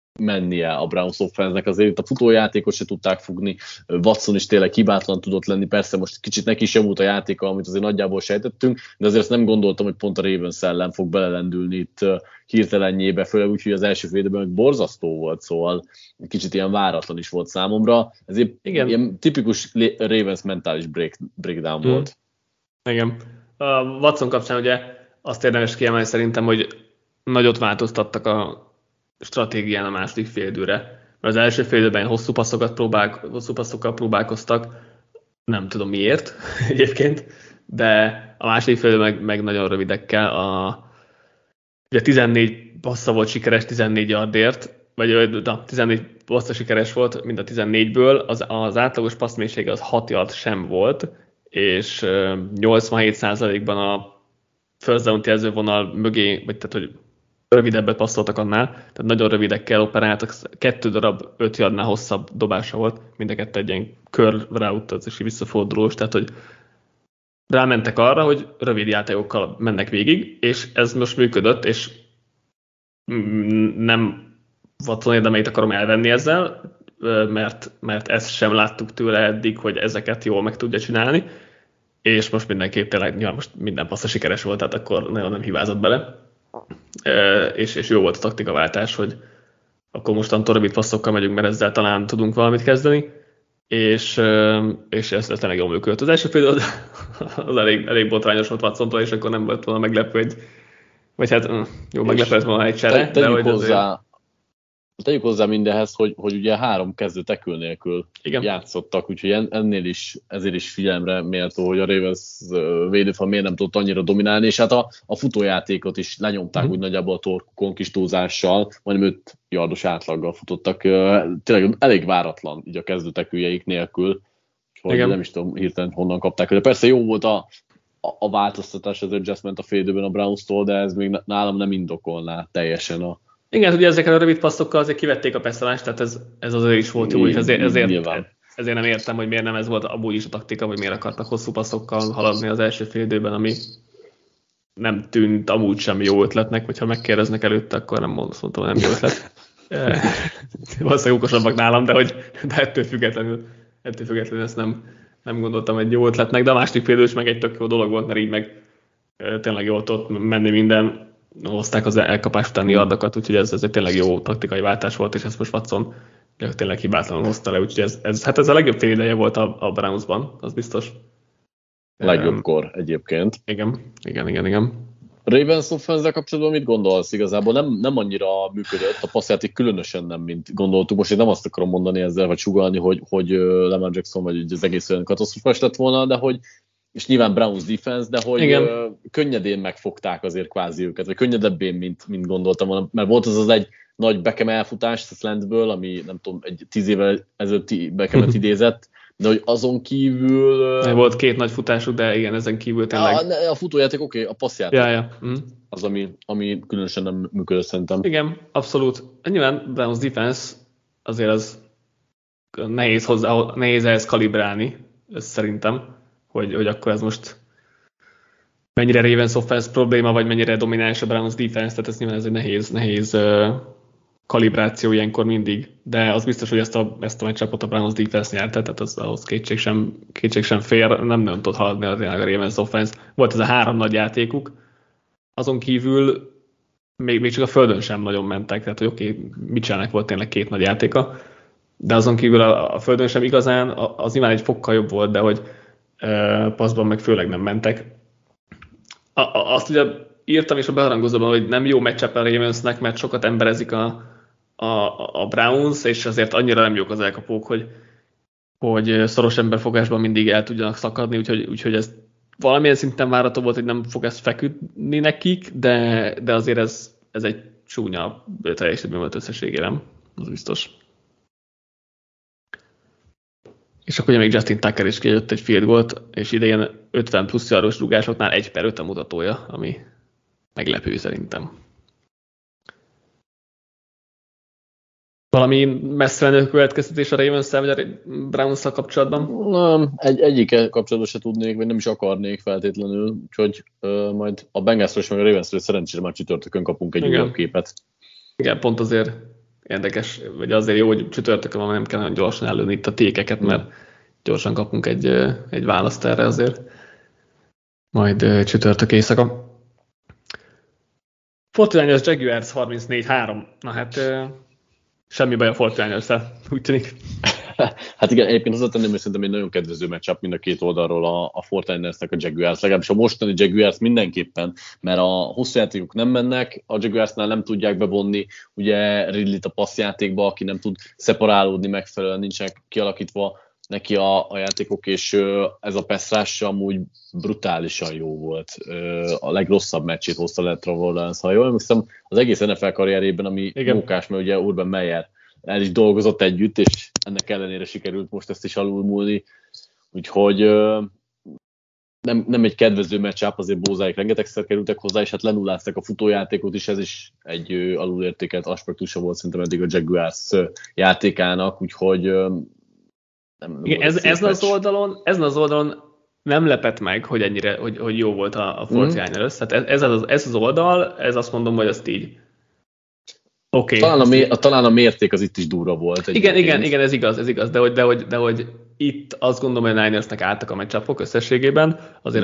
mennie a Browns offense-nek, azért a futójátékot se tudták fogni, Watson is tényleg hibátlan tudott lenni, persze most kicsit neki is javult a játéka, amit azért nagyjából sejtettünk, de azért ezt nem gondoltam, hogy pont a Ravens ellen fog belelendülni itt hirtelenjébe, főleg úgy, hogy az első fél időben meg borzasztó volt, szóval kicsit ilyen váratlan is volt számomra, ezért ilyen tipikus Ravens mentális breakdown volt.
Igen. A Watson kapcsán ugye azt érdemes kiemelni szerintem, hogy nagyot változtattak a stratégián a második félidőre. Mert az első félidőben hosszú passzokkal próbálkoztak, nem tudom miért egyébként, de a második félidőben meg nagyon rövidekkel. Ugye 14 passza volt sikeres 14 yardért, vagy 14 passza sikeres volt, mind a 14-ből, az átlagos passzmélysége az 6 yard sem volt, és 87%-ban a first down jelzővonal mögé, vagy tehát, hogy rövidebbet passzoltak annál, tehát nagyon rövidekkel operáltak, 2 darab 5 yardnál hosszabb dobása volt, mind a 2 egy ilyen curl route, és visszafordulós, tehát hogy rámentek arra, hogy rövid játékokkal mennek végig, és ez most működött, és nem Watson érdemeit akarom elvenni ezzel, mert ezt sem láttuk tőle eddig, hogy ezeket jól meg tudja csinálni, és most mindenképp tényleg, nyilván most minden passza sikeres volt, tehát akkor nagyon nem hibázott bele. És jó volt a taktikaváltás, hogy akkor mostantól rövid passzokkal megyünk, mert ezzel talán tudunk valamit kezdeni, és ez tényleg jól működött. Az első fél az elég botrányos volt Watsontól, és akkor nem volt volna meglepő, vagy hát jó, meglepett volna egy csere.
Tegyük hozzá mindenhez, hogy ugye 3 kezdő tekül nélkül játszottak, úgyhogy ezért is figyelemre méltó, hogy a Ravens védőfal miért nem tudott annyira dominálni, és hát a futójátékot is lenyomták úgy nagyjából a torkukon kis túlzással, majdnem 5 yardos átlaggal futottak. Tényleg elég váratlan így a kezdő teküljeik nélkül, hogy nem is tudom hirtelen honnan kapták. De persze jó volt a változtatás, az adjustment a fél időben a Browns-tól, de ez még nálam nem indokolná teljesen a...
Igen, ugye ezekkel a rövid passzokkal azért kivették a passzolást, tehát ez azért is volt jó, és ezért nem értem, hogy miért nem ez volt amúgy is a taktika, hogy miért akartak hosszú passzokkal haladni az első fél időben, ami nem tűnt amúgy sem jó ötletnek, vagy ha megkérdeznek előtte, akkor nem mondtam, hogy nem jó ötlet. Valószínűleg okosabbak nálam, de ettől függetlenül ezt nem gondoltam egy jó ötletnek, de a második fél idő is meg egy tök jó dolog volt, mert így meg tényleg jól tudott menni minden, hozták az elkapás utáni yardokat, úgyhogy ez egy tényleg jó taktikai váltás volt, és ezt most Watson tényleg hibátlanul hozta le, úgyhogy ez a legjobb fél ideje volt a Brownsban, az biztos.
Legjobbkor egyébként.
Igen.
Ravens offense-zel kapcsolatban mit gondolsz? Igazából nem annyira működött, a passzjáték különösen nem, mint gondoltuk. Most én nem azt akarom mondani ezzel, vagy sugallni, hogy Lamar Jackson vagy az egész olyan katasztrofás lett volna, de hogy és nyilván Browns defense, de hogy könnyedén megfogták azért kvázi őket, vagy könnyedebbén, mint gondoltam volna, mert volt az egy nagy Beckham elfutás a slantből, ami nem tudom, egy 10 évvel ezelőtt Beckhamet idézett, de hogy azon kívül...
Volt 2 nagy futásuk, de igen, ezen kívül tényleg...
A futójáték oké, a passzjáték az, ami különösen nem működött szerintem.
Igen, abszolút. Nyilván Browns defense azért az nehéz ehhez kalibrálni, szerintem, hogy akkor ez most mennyire Ravens offense probléma, vagy mennyire domináns a Browns defense, tehát ez nyilván ez egy nehéz kalibráció ilyenkor mindig, de az biztos, hogy ezt a meccsapot a Browns defense nyerte, tehát ahhoz kétség sem fér, nem tudott haladni a Ravens offense. Volt ez a 3 nagy játékuk, azon kívül még csak a földön sem nagyon mentek, tehát hogy oké, Mitchellnek volt tényleg 2 nagy játéka, de azon kívül a földön sem igazán, az nyilván egy fokkal jobb volt, de hogy passzban meg főleg nem mentek. Azt ugye írtam is a beharangozóban, hogy nem jó matchup a Ravensnek, mert sokat emberezik a Browns, és azért annyira nem jók az elkapók, hogy szoros emberfogásban mindig el tudjanak szakadni, úgyhogy ez valamilyen szinten várható volt, hogy nem fog ez feküdni nekik, de azért ez egy csúnya teljesítmény volt összességében, az biztos. És akkor ugye még Justin Tucker is kijött egy field goalt, és idején 50 plusz yardos rúgásoknál 1/5 a mutatója, ami meglepő szerintem. Valami messze menő következtetés a Ravens-szel vagy a Browns-szal kapcsolatban?
Nem, egyik kapcsolatban se tudnék, vagy nem is akarnék feltétlenül, úgyhogy majd a Bengalsról és meg a Ravensről szerencsére már csütörtökön kapunk egy újabb képet.
Igen, pont azért érdekes, vagy azért jó, hogy csütörtökön van, nem kell nagyon gyorsan előni itt a tékeket, mert gyorsan kapunk egy választ erre azért. Majd csütörtök éjszaka. 49ers Jaguars 34-3. Na hát semmi baj a 49ers-szel, úgy tűnik.
Hát igen, egyébként hozzátenném, hogy szerintem egy nagyon kedvező matchup mind a két oldalról a 49ersnek a Jaguars, legalábbis a mostani Jaguars mindenképpen, mert a hosszú játékok nem mennek, a Jaguarsnál nem tudják bevonni ugye Ridley-t a passzjátékba, aki nem tud szeparálódni megfelelően, nincsenek kialakítva neki a játékok, és ez a pass rush amúgy brutálisan jó volt. A legrosszabb meccsét hozta le Trevor Lawrence, ha jól emlékszem, az egész NFL karrierében, ami mókás, mert ugye Urban Meyer el is dolgozott együtt, és ennek ellenére sikerült most ezt is alulmúlni. Úgyhogy nem egy kedvező matchup, azért Bózáik rengetegszer kerültek hozzá, és hát lenullázták a futójátékot is, ez is egy alulértékelt aspektusa volt szerintem eddig a Jaguars játékának, úgyhogy nem
igen, ezen az oldalon nem lepett meg, hogy ennyire hogy jó volt a 49ers. Tehát ez az oldal, ez azt mondom, hogy azt így okay.
Talán a mérték az itt is durva volt.
Igen, ez igaz, de hogy itt azt gondolom, hogy a Ninersnek álltak a meccsapok összességében. Azért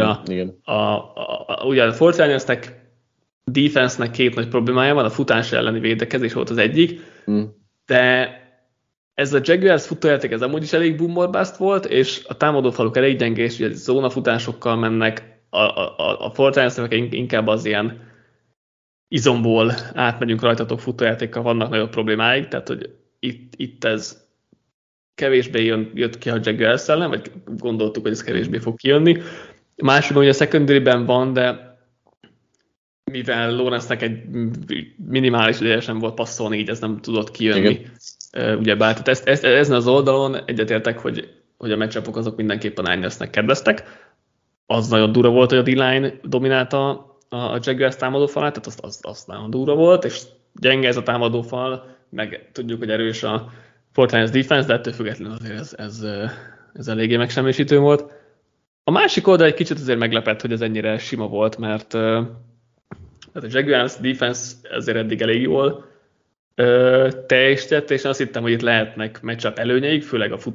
ugye a 49ersnek defense-nek két nagy problémája van, a futás elleni védekezés volt az egyik, de ez a Jaguars futójáték, ez amúgy is elég boom or bust volt, és a támadófaluk elég gyengés, ugye zónafutásokkal mennek, a 49ersnek inkább az ilyen izomból átmegyünk rajtatok futójátékkal, vannak nagyobb problémáik, tehát hogy itt ez kevésbé jött ki a Jaguars ellen, vagy gondoltuk, hogy ez kevésbé fog kijönni. Másodban ugye a secondary-ben van, de mivel Lawrence-nek egy minimális ideje sem volt passzolni, így ez nem tudott kijönni. Ugyebár, tehát ezen az oldalon egyetértek, hogy a matchupok azok mindenképpen a Ninersnek kedveztek. Az nagyon durva volt, hogy a D-line dominálta a Jaguars támadófalát, tehát az nagyon durva volt, és gyenge ez a támadófal, meg tudjuk, hogy erős a 49ers defense, de ettől függetlenül azért ez eléggé megsemmisítő volt. A másik oldal egy kicsit azért meglepett, hogy ez ennyire sima volt, mert a Jaguars defense azért eddig elég jól teljesített, és azt hittem, hogy itt lehetnek matchup előnyeik, főleg a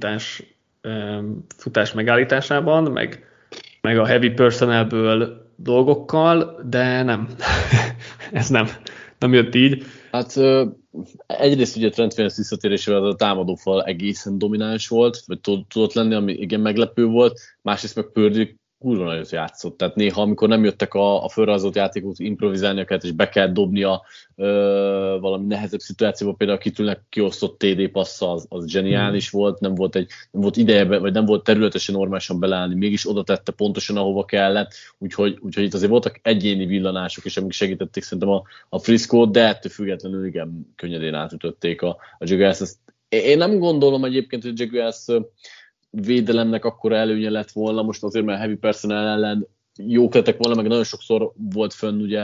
futás megállításában, meg a heavy personnelből dolgokkal, de nem. Ez nem jött így.
Hát egyrészt ugye Trent Williams visszatérésével a támadófal egészen domináns volt, vagy tudott lenni, ami igen meglepő volt, másrészt meg Purdy kurva nagyot játszott, tehát néha, amikor nem jöttek a fölrajzolt játékot, improvizálnia kellett, és be kell dobnia valami nehezebb szituációban, például a kitűnnek kiosztott TD passza, az zseniális volt, nem volt ideje, vagy nem volt területesen normálisan beleállni, mégis oda tette pontosan, ahova kellett, úgyhogy itt azért voltak egyéni villanások, és amik segítették szerintem a Frisco-t, de ettől függetlenül igen könnyedén átütötték a Jaguars. Én nem gondolom egyébként, hogy a Jaguars védelemnek akkora előnye lett volna, most azért, mert heavy personnel ellen jók lettek volna, meg nagyon sokszor volt fönn, ugye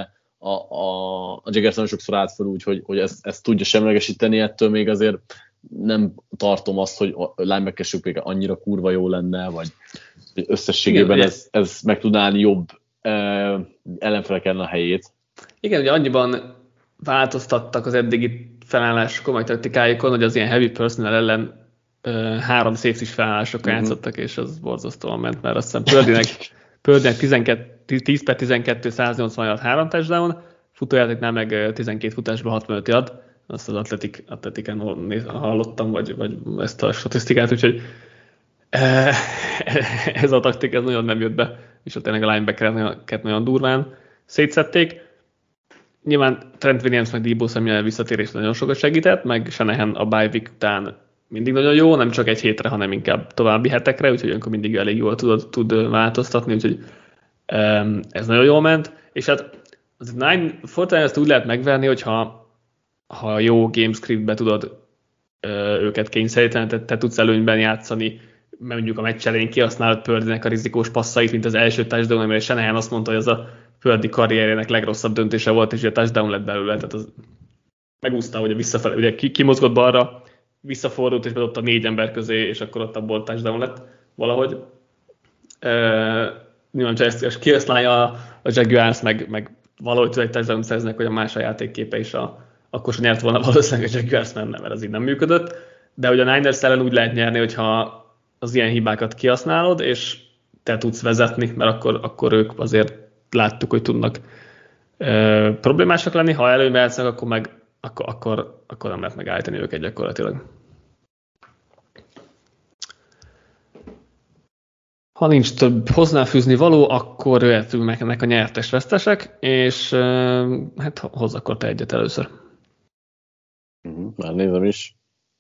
a Jaguars nagyon sokszor állt fel úgy, hogy ezt tudja semlegesíteni, ettől még azért nem tartom azt, hogy a linebacker-sük annyira kurva jó lenne, vagy összességében ez meg tudná állni jobb ellenfeleken a helyét.
Igen, ugye annyiban változtattak az eddigi felállásokon, vagy taktikájukon, hogy az ilyen heavy personnel ellen 3 safety-s felállásokkal játszottak, és az borzasztóan ment, mert azt hiszem Purdynek 10/12, 180 yard, 3 touchdown, futójátéknál meg 12 futásban 65 yard, azt az atletikán hallottam, vagy ezt a statisztikát, úgyhogy ez a taktik ez nagyon nem jött be, és ott tényleg a linebackeret nagyon durván szétszették. Nyilván Trent Williams meg Deebo Samuel visszatérés nagyon sokat segített, meg Shanahan a bye week után mindig nagyon jó, nem csak egy hétre, hanem inkább további hetekre, úgyhogy olyankor mindig elég jól tud változtatni, úgyhogy ez nagyon jól ment. És hát az Fortnite-t úgy lehet megverni, hogyha jó gamescriptbe tudod őket kényszeríteni, tehát te tudsz előnyben játszani, mert mondjuk a meccs elején kihasználod Purdynek a rizikós passzait, mint az első touchdown, amire Shanahan azt mondta, hogy az a Purdy karrierjének legrosszabb döntése volt, és a touchdown lett belőle, tehát az megúszta, hogy visszafelé, ugye kimozgott balra, visszafordult és bedobta 4 ember közé, és akkor ott abból touchdown lett valahogy. Nyilván, ha ezt kihasználja a Jaguars, meg valahogy tud egy touchdown szerznek, hogy a más a játékképe is a akkor sem nyert volna valószínűleg a Jaguars, mert ez így nem működött, de hogy a Niners ellen úgy lehet nyerni, hogyha az ilyen hibákat kihasználod, és te tudsz vezetni, mert akkor ők azért láttuk, hogy tudnak problémásak lenni, ha előnybe játsznak, akkor nem lehet megállítani őket gyakorlatilag. Ha nincs több hozzáfűzni való, akkor jöhetünk meg ennek a nyertes-vesztesek, és hát hozz akkor te egyet először.
Már nézem is.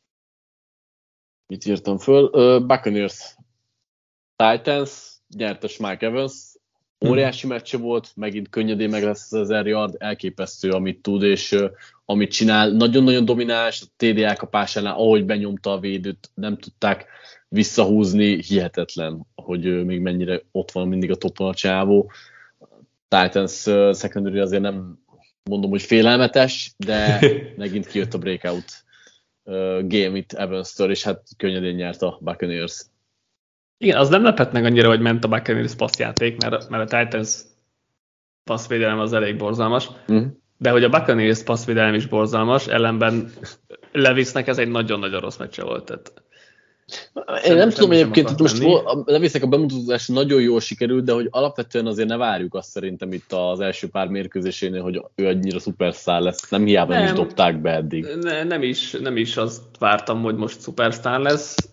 Mit írtam föl? Buccaneers Titans, nyertes Mike Evans. Óriási meccse volt, megint könnyedén meg lesz az 1000 yard, elképesztő, amit tud, és amit csinál. Nagyon-nagyon domináns, a TD elkapásánál, ahogy benyomta a védőt, nem tudták visszahúzni, hihetetlen, hogy még mennyire ott van mindig a topon a csávó. Titans secondary azért nem mondom, hogy félelmetes, de megint kijött a breakout game itt Evans-től, és hát könnyedén nyert a Buccaneers.
Igen, az nem lepett meg annyira, hogy ment a Buccaneers passzjáték, mert a Titans passzvédelem az elég borzalmas, de hogy a Buccaneers passzvédelem is borzalmas, ellenben Lewisnek ez egy nagyon-nagyon rossz meccse volt. Tehát
én nem tudom egyébként, hogy most Lewisnek a bemutatás nagyon jól sikerült, de hogy alapvetően azért ne várjuk azt szerintem itt az első pár mérkőzésénél, hogy ő annyira szupersztár lesz. Nem hiába nem is dobták be eddig.
Nem is azt vártam, hogy most szupersztár lesz,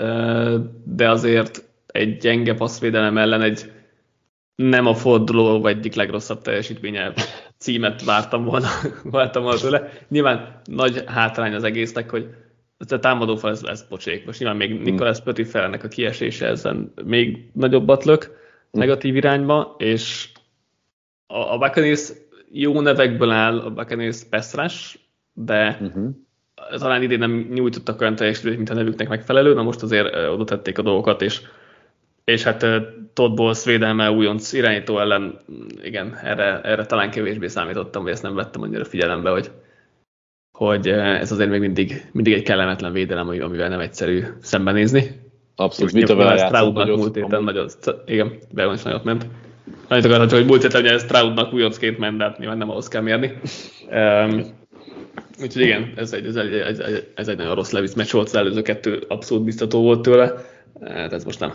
de azért egy gyenge passzvédelem ellen egy nem a forduló egyik legrosszabb teljesítménye címet vártam volna tőle. Nyilván nagy hátrány az egésznek, hogy a támadófal ez pocsék. Most nyilván még Nicholas Petit-Felnek a kiesése ezen még nagyobbat lök negatív irányba, és a Buccaneers jó nevekből áll, a Buccaneers pass rush, de talán idén nem nyújtottak olyan teljesítményt, mint a nevüknek megfelelő, na most azért oda tették a dolgokat, és hát Todd Bowles védelme újonc irányító ellen, igen, erre talán kevésbé számítottam, vagy ezt nem vettem annyira figyelembe, hogy ez azért még mindig egy kellemetlen védelem, amivel nem egyszerű szembenézni.
Abszolút, mit a vele játszott
múlt héten nagyon, igen, Bevan is nagyot ment. Annyit akartam, hogy múlt héten, hogy Stroudnak újoncként ment, de hát nyilván nem ahhoz kell mérni. Úgyhogy igen, ez egy nagyon rossz Levis meccs volt, az előző 2 abszolút biztató volt tőle, hát ez most nem.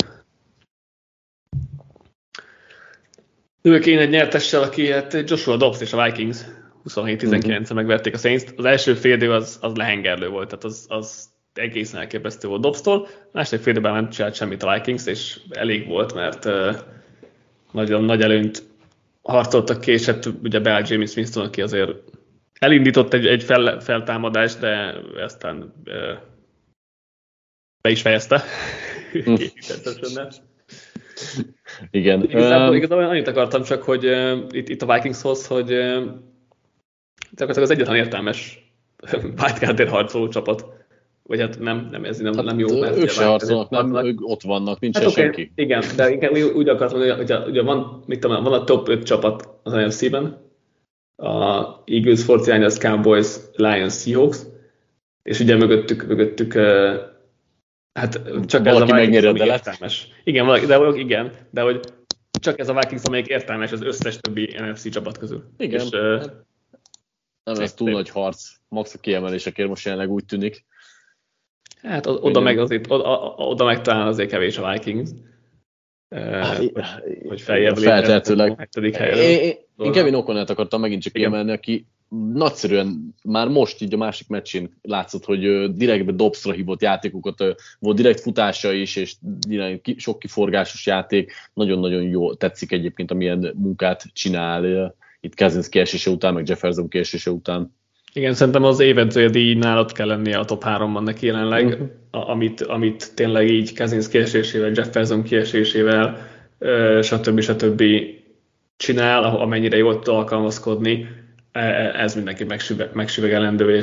Ők én egy nyertessel, aki hát Joshua Dobbs és a Vikings 27-19-en megverték a Saints-t. Az első fél idő az lehengerlő volt, tehát az egészen elképesztő volt Dobbstól. A második fél időben nem csinált semmit a Vikings, és elég volt, mert nagyon nagy előnyt harcoltak ki, és hát ugye beállt James Winston, aki azért elindított egy feltámadást, de aztán be is fejezte.
Igen.
Igazából annyit akartam csak, hogy itt a Vikingshoz, hogy az egyetlen értelmes wildcardért harcoló csapat. Vagy hát nem jó. Mert
ők se harcolnak, ők ott vannak, nincs hát senki.
Igen, de inkább úgy akartam, hogy ugye van a top 5 csapat az NFC-ben, a Eagles, 49ers, Cowboys, Lions, Seahawks, és ugye mögöttük hát csak
valaki
ez a
Vikings,
amelyik értelmes. Igen, de hogy csak ez a Vikings, amelyik értelmes az összes többi NFC csapat közül.
Igen. És, nem ez túl nagy harc. Max a kiemelésekért most jelenleg úgy tűnik.
Hát oda meg talán azért kevés a Vikings. Hogy feljebb
feltehetőleg. Én Kevin O'Connell-t akartam megint csak kiemelni, aki nagyszerűen már most így a másik meccsén látszott, hogy direktbe Dobbsra hívott játékokat, volt direkt futása is, és sok kiforgásos játék. Nagyon-nagyon jó tetszik egyébként, amilyen munkát csinál itt Cousins kiesése után, meg Jefferson kiesése után.
Igen, szerintem az évedzője díjnál ott kell lennie a top 3-ban neki jelenleg, amit tényleg így Cousins kiesésével, Jefferson kiesésével, stb. Csinál, amennyire jól tud alkalmazkodni, ez mindenki megsüvegelendő,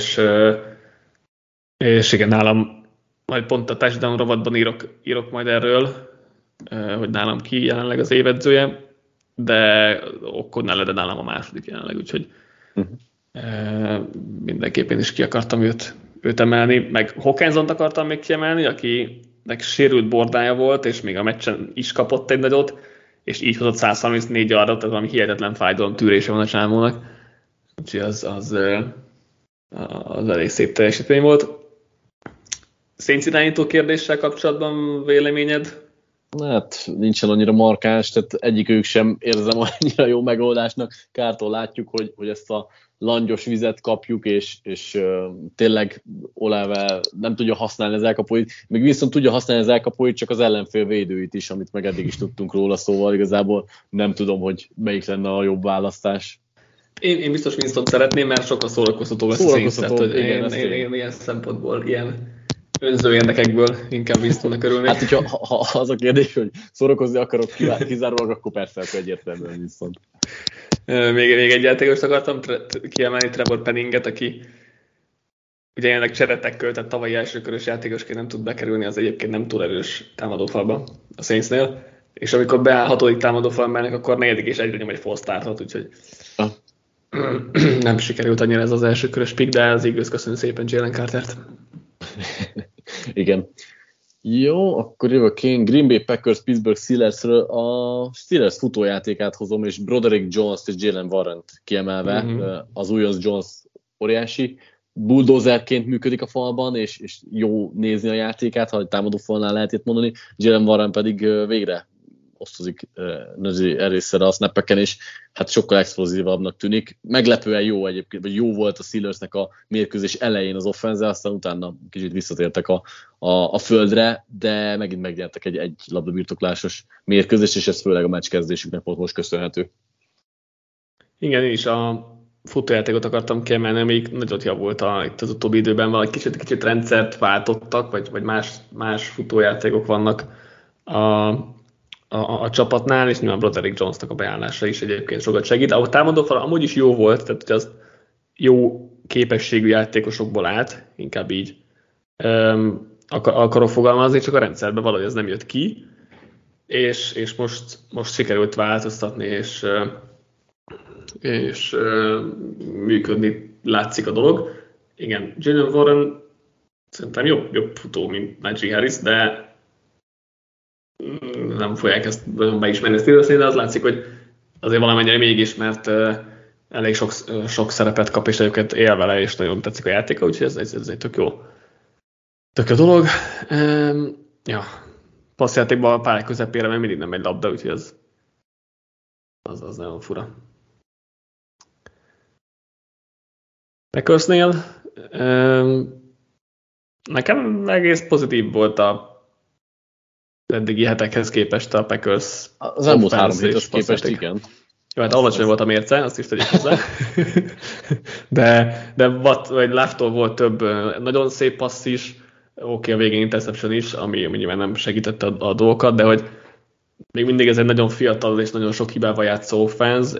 és igen, nálam majd pont a touchdown rovatban írok majd erről, hogy nálam ki jelenleg az évedzője, de O'Connell de nálam a második jelenleg, úgyhogy mindenképpen is ki akartam őt emelni, meg Hawkinsont akartam még kiemelni, akinek sérült bordája volt, és még a meccsen is kapott egy nagyot, és így hozott 134 yardot, tehát valami hihetetlen fájdalom tűrése van a csávónak. Úgyhogy az az elég szép teljesítmény volt. Saints irányító kérdéssel kapcsolatban véleményed?
Hát nincsen annyira markáns, tehát egyikük sem érzem annyira jó megoldásnak. Kártól látjuk, hogy ezt a langyos vizet kapjuk, és tényleg Olave nem tudja használni az elkapóit, még viszont tudja használni az elkapóit, csak az ellenfél védőit is, amit meg eddig is tudtunk róla, szóval igazából nem tudom, hogy melyik lenne a jobb választás.
Én biztos Winston szeretném, mert sokkal szórakoztató lesz a Saints, én ilyen szempontból, ilyen önző érdekekből inkább Winstonnak örülnék.
Hát, hogyha az a kérdés, hogy szórakozni akarok kizárólag, akkor persze, akkor egyértelműen Winston.
Még egy játékost akartam kiemelni, Trevor Penninget, aki ugye jelenleg cseretekkel, tehát tavalyi elsőkörös játékosként nem tud bekerülni az egyébként nem túl erős támadófalba a Saintsnél, és amikor beáll 6. támadófalban, akkor 4. és egyre nyom egy false startot, úgyhogy nem sikerült annyira ez az elsőkörös pick, de az igaz, köszönöm szépen Jalen Cartert.
Igen. Jó, akkor jövök én. Green Bay Packers Pittsburgh Steelersről a Steelers futójátékát hozom, és Broderick Jones-t és Jalen Warrent kiemelve. Az újonc Jones óriási bulldozerként működik a falban, és jó nézni a játékát, ha egy támadó falnál lehet itt mondani. Jalen Warren pedig végre osztozik erészre a snappeken, és hát sokkal explozívabbnak tűnik. Meglepően jó egyébként, vagy jó volt a Steelersnek a mérkőzés elején az offense, aztán utána kicsit visszatértek a földre, de megint megnyertek egy labdabirtoklásos mérkőzést, és ez főleg a meccs kezdésüknek volt most köszönhető.
Igen, én is a futójátékot akartam kiemelni, amelyik nagyot javult itt az utóbbi időben, valahogy kicsit rendszert váltottak, vagy más futójátékok vannak a csapatnál, és nyilván Broderick Jonesnak a beállása is egyébként sokat segít. A támadófal amúgy is jó volt, tehát hogy az jó képességű játékosokból állt, inkább így akarok fogalmazni, csak a rendszerben valahogy ez nem jött ki, és most sikerült változtatni, és működni látszik a dolog. Igen, Jalen Warren szerintem jobb futó, mint Najee Harris, de nem fogják ezt beismerni ezt írni, de az látszik, hogy azért valamennyire mégis, mert elég sok szerepet kap, és őket él vele, és nagyon tetszik a játéka, úgyhogy ez egy tök jó dolog. Ja, passzjátékban a pálya közepére még mindig nem megy labda, úgyhogy az nagyon fura. Packersnél nekem egész pozitív volt a eddigi hetekhez képest a Packers.
Az elmúlt 3 héthez képest, igen.
Jó, hát alacsony volt a mérce, azt is tegyük hozzá. de Love-tól volt több nagyon szép passz is, oké, a végén interception is, ami nyilván nem segítette a dolgokat, de hogy még mindig ez egy nagyon fiatal és nagyon sok hibával játszó offense,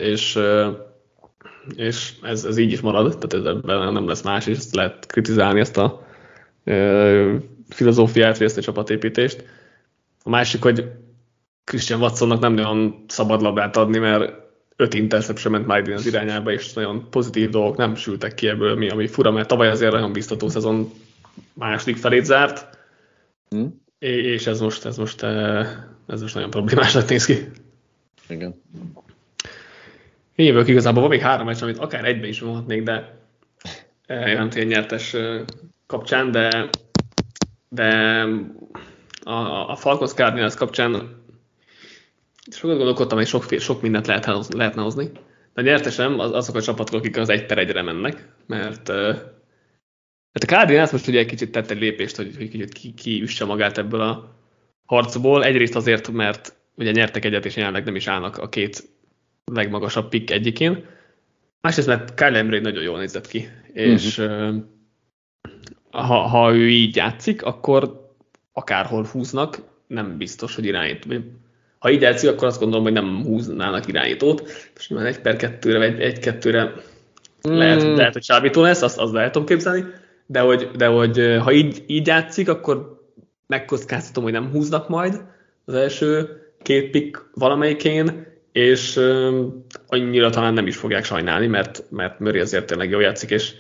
és ez így is marad, tehát ebben nem lesz más, és ezt lehet kritizálni, ezt a filozófiát, vagy ezt a csapatépítést. A másik, hogy Christian Watsonnak nem nagyon szabad labdát adni, mert 5 interception ment már az irányába, és nagyon pozitív dolgok nem sültek ki ebből, ami fura, mert tavaly azért nagyon biztató szezon második felét zárt, és ez most nagyon problémásnak néz ki.
Igen.
Én jövök igazából, van még 3 meccs, amit akár egybe is vonhatnék, de jelent ilyen nyertes kapcsán, de a Falcons Cardinals kapcsán sokat gondolkodtam, hogy sok mindent lehetne hozni. De nyertesem azok a csapatok, akik az 1-1-re mennek, mert a Cardinals most ugye egy kicsit tett egy lépést, hogy kicsit kiüsse magát ebből a harcból. Egyrészt azért, mert ugye nyertek egyet, és jelenleg nem is állnak a 2 legmagasabb pick egyikén. Másrészt, mert Kyle Murray nagyon jól nézett ki, és ha ő így játszik, akkor akárhol húznak, nem biztos, hogy irányít. Ha így játszik, akkor azt gondolom, hogy nem húznának irányítót. Most már 1/2-re, vagy 1-2-re lehet, hogy csábító lesz, azt lehet tudom képzelni, de hogy ha így játszik, akkor megkockáztatom, hogy nem húznak majd az első 2 pick valamelyikén, és annyira talán nem is fogják sajnálni, mert Murray azért tényleg jól játszik, és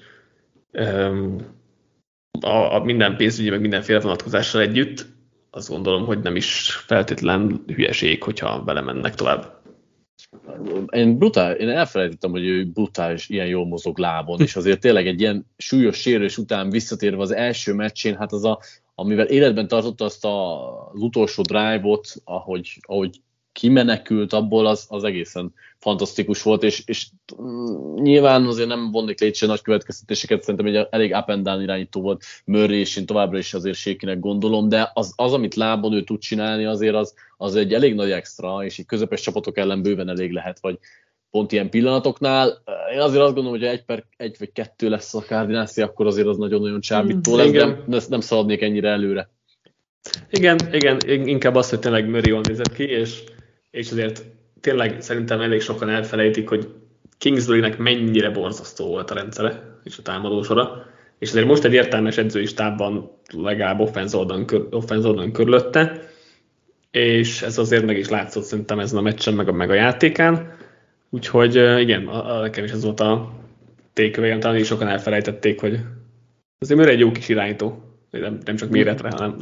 a minden pénzügyi, meg mindenféle vonatkozással együtt azt gondolom, hogy nem is feltétlen hülyeség, hogyha vele mennek tovább.
Én elfelejtettem, hogy ő brutális, ilyen jól mozog lábon, és azért tényleg egy ilyen súlyos sérülés után visszatérve az első meccsén, hát amivel életben tartotta azt az utolsó drive-ot, ahogy kimenekült abból, az egészen fantasztikus volt, és nyilván azért nem vonnék létse nagy következtetéseket, szerintem egy elég up and down irányító volt Murray, és én továbbra is azért sékinek gondolom, de az amit lábon ő tud csinálni, azért az egy elég nagy extra, és így közepes csapatok ellen bőven elég lehet, vagy pont ilyen pillanatoknál. Én azért azt gondolom, hogy 1/1 vagy 2 lesz a Cardinals, akkor azért az nagyon-nagyon csábító lesz, de nem szaladnék ennyire előre.
Igen, inkább az, hogy tényleg Murray jól nézett ki, és azért tényleg szerintem elég sokan elfelejtik, hogy Kingsleynek mennyire borzasztó volt a rendszere és a támadósora, és azért most egy értelmes edzői stábban legalább offense oldalon körülötte, és ez azért meg is látszott szerintem ezen a meccsen, meg a játékán, úgyhogy igen, nekem is ez volt a takeaway, talán is sokan elfelejtették, hogy azért Murray egy jó kis irányító, nem csak méretre, hanem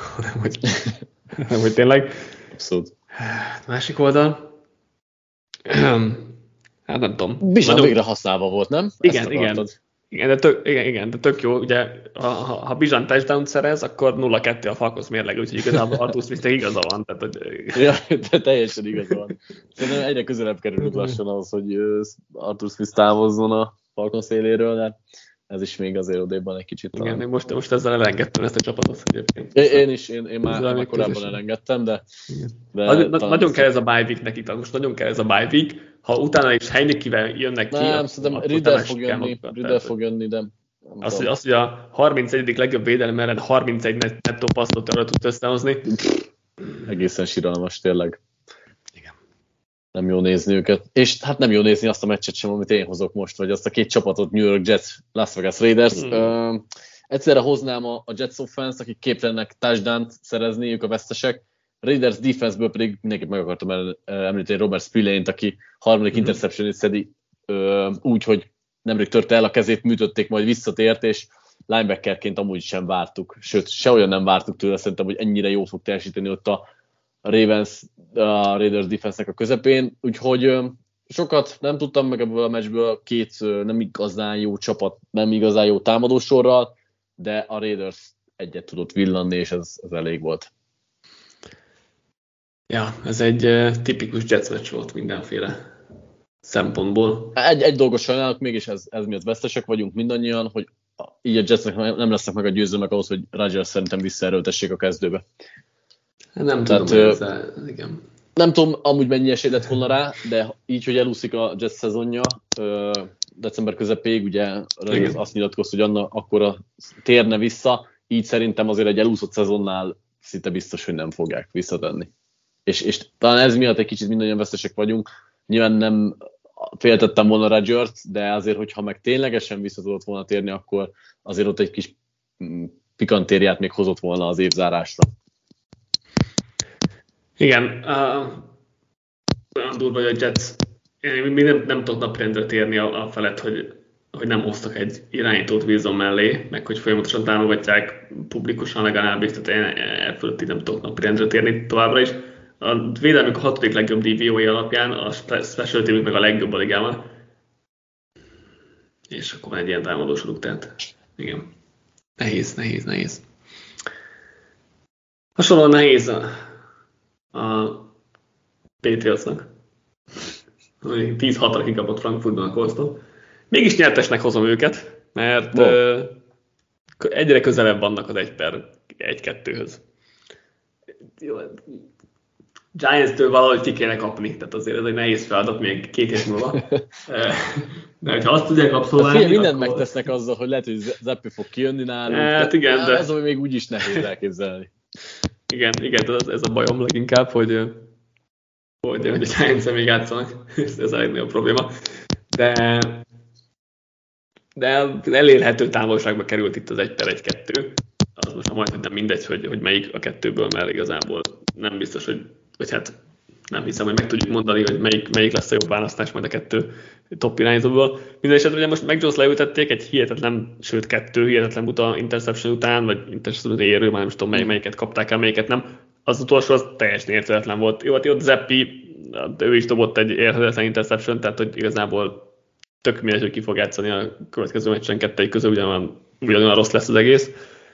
hogy tényleg.
Abszolút.
Másik oldal. Hát nem tudom.
Bizony végre használva volt, nem?
Igen, de tök jó. Ugye, ha Bizsan touchdown szerez, akkor 0-2 a Falcons mérleg, úgyhogy igazából Arthur Smith-nek igaza van. Tehát, hogy...
Ja, de teljesen igaza van. Szerintem egyre közelebb kerülünk lassan ahhoz, hogy Arthur Smith távozzon a Falcons széléről, de ez is még azért odébban egy kicsit.
Igen, még most ezzel elengedtem ezt a csapatot egyébként.
Én már korábban elengedtem, de
nagyon kell ez a bye week nekik, most nagyon kell ez a bye week, ha utána is Heinekivel jönnek ki.
Nem, szerintem Ridder fog jönni, de...
Az, hogy a 31. legjobb védelem ellen 31 nettó passzot arra tud összehozni.
Egészen siralmas, tényleg. Igen. Nem jó nézni őket. És hát nem jó nézni azt a meccset sem, amit én hozok most, vagy azt a két csapatot, New York Jets, Las Vegas Raiders. Egyszerre hoznám a Jets offense, akik képtelenek touchdown-t szerezni, ők a vesztesek. Raiders defenseből pedig mindenképp meg akartam említeni Robert Spillane-t, aki harmadik interception-ét szedi úgy, hogy nemrég törte el a kezét, műtötték, majd visszatért, és linebackerként amúgy sem vártuk. Sőt, se olyan nem vártuk tőle, szerintem, hogy ennyire jól fog teljesíteni ott a Raiders defense-nek a közepén. Úgyhogy sokat nem tudtam meg ebből a meccsből, két nem igazán jó csapat, nem igazán jó támadósorral, de a Raiders egyet tudott villanni, és ez elég volt.
Ja, ez egy tipikus Jets meccs volt mindenféle szempontból.
Egy dolgot sajnálok, mégis ez miatt vesztesek vagyunk mindannyian, hogy így a Jetsnek nem lesznek meg a győzelmek ahhoz, hogy Rodgers szerintem visszaerőltessék a kezdőbe.
Nem tudom, igen.
Nem tudom, amúgy mennyi esély lett volna rá, de így, hogy elúszik a Jets szezonja december közepéig, ugye Rodgers azt nyilatkozta, hogy akkor térne vissza, így szerintem azért egy elúszott szezonnál szinte biztos, hogy nem fogják visszatenni. És talán ez miatt egy kicsit mindannyian vesztesek vagyunk. Nyilván nem féltettem volna Rodgers-t, de azért, hogyha meg ténylegesen vissza tudott volna térni, akkor azért ott egy kis pikantériát még hozott volna az évzárásra.
Igen, olyan durva, hogy a Jets, én még nem tudok naprendre térni a felett, hogy nem hoztak egy irányítót Wilson mellé, meg hogy folyamatosan támogatják publikusan legalábbis, tehát én fölött nem tudok naprendre térni továbbra is. A védelmük a 6. legjobb DVOA alapján, a special teamük meg a legjobb a ligában. És akkor van egy ilyen támadósoruk, tehát igen. Nehéz. Hasonlóan nehéz a Patriotsnak. 10-6-ra kikapott Frankfurtban a Colts-tól. Mégis nyertesnek hozom őket, mert egyre közelebb vannak az 1/1-2-höz. Giants-től valahogy ki kéne kapni, tehát azért ez egy nehéz feladat még 2 hét múlva. De hogyha azt tudják abszolválni...
Mindent megtesznek azzal, hogy lehet, hogy Zeppi fog kijönni nálunk.
Hát igen, de...
Ez ami még úgyis nehéz elképzelni.
Igen, ez a bajom leginkább, hogy a Giants-en még játszanak. Ez a legnagyobb probléma. De elérhető távolságba került itt az 1/1-2. Az most majdnem nem mindegy, hogy melyik a kettőből, mert igazából nem biztos, vagy hát nem hiszem, hogy meg tudjuk mondani, hogy melyik lesz a jobb választás majd a 2 top irányzóból. Minden esetre ugye most Jones leültették egy hihetetlen, sőt 2 hihetetlen buta interception után, vagy interception után érő, már nem tudom melyiket kapták el, melyiket nem. Az utolsó az teljesen érthetetlen volt. Jó, hát Zeppi ő is dobott egy érthetetlen interception, tehát hogy igazából tök mindegy, hogy ki fog játszani a következő meccsen kettőjük közül, ugyanolyan rossz lesz az egész.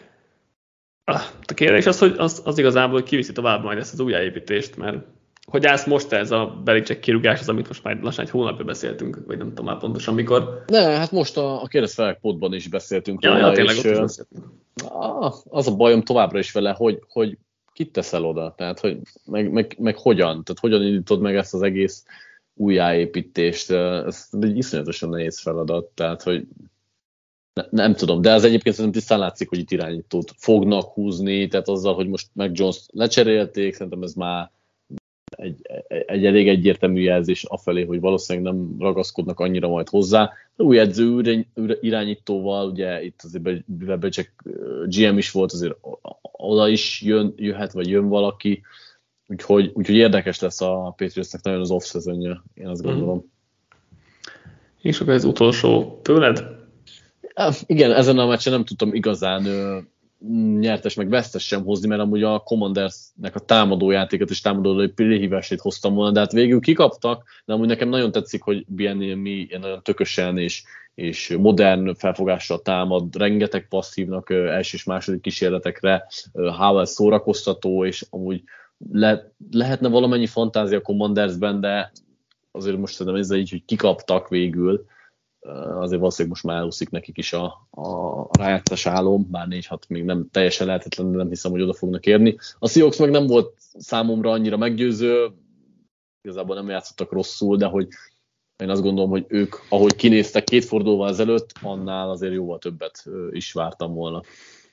A kérdés az, hogy az igazából kiviszi tovább majd ezt az újjáépítést, mert hogy állsz most ez a Belichick kirúgás, az, amit most már lassan egy hónapja beszéltünk, vagy nem tudom már pontosan mikor.
Ne, hát most a kérdezfelek podban is beszéltünk
róla, tényleg és beszéltünk.
Az a bajom továbbra is vele, hogy kit teszel oda, tehát hogy meg hogyan, tehát hogyan indítod meg ezt az egész újjáépítést, ez egy iszonyatosan nehéz feladat, tehát hogy nem tudom, de az egyébként szerintem tisztán látszik, hogy itt irányítót fognak húzni, tehát azzal, hogy most meg Jones lecserélték, szerintem ez már egy elég egyértelmű jelzés afelé, hogy valószínűleg nem ragaszkodnak annyira majd hozzá. Új edző irányítóval, ugye itt azért csak GM is volt, azért oda is jöhet, vagy jön valaki, úgyhogy érdekes lesz a Patriotsnek nagyon az off-szezonja, én azt gondolom.
És akkor ez utolsó tőled?
Igen, ezen a meccsen nem tudtam igazán nyertes meg vesztes sem hozni, mert amúgy a Commandersnek a támadójátéket és támadói pillihívásait hoztam volna, de hát végül kikaptak, de amúgy nekem nagyon tetszik, hogy Bieniemy nagyon tökösen és modern felfogással támad, rengeteg passzívnak első és második kísérletekre, Howell szórakoztató, és amúgy lehetne valamennyi fantázia a Commandersben, de azért most szerintem ez így, hogy kikaptak végül, azért valószínűleg most már elúszik nekik is a rájátszás álom, bár 4-6 még nem teljesen lehetetlen, de nem hiszem, hogy oda fognak érni. A Seahawks meg nem volt számomra annyira meggyőző, igazából nem játszottak rosszul, de hogy én azt gondolom, hogy ők, ahogy kinéztek 2 fordulóval ezelőtt, annál azért jóval többet is vártam volna.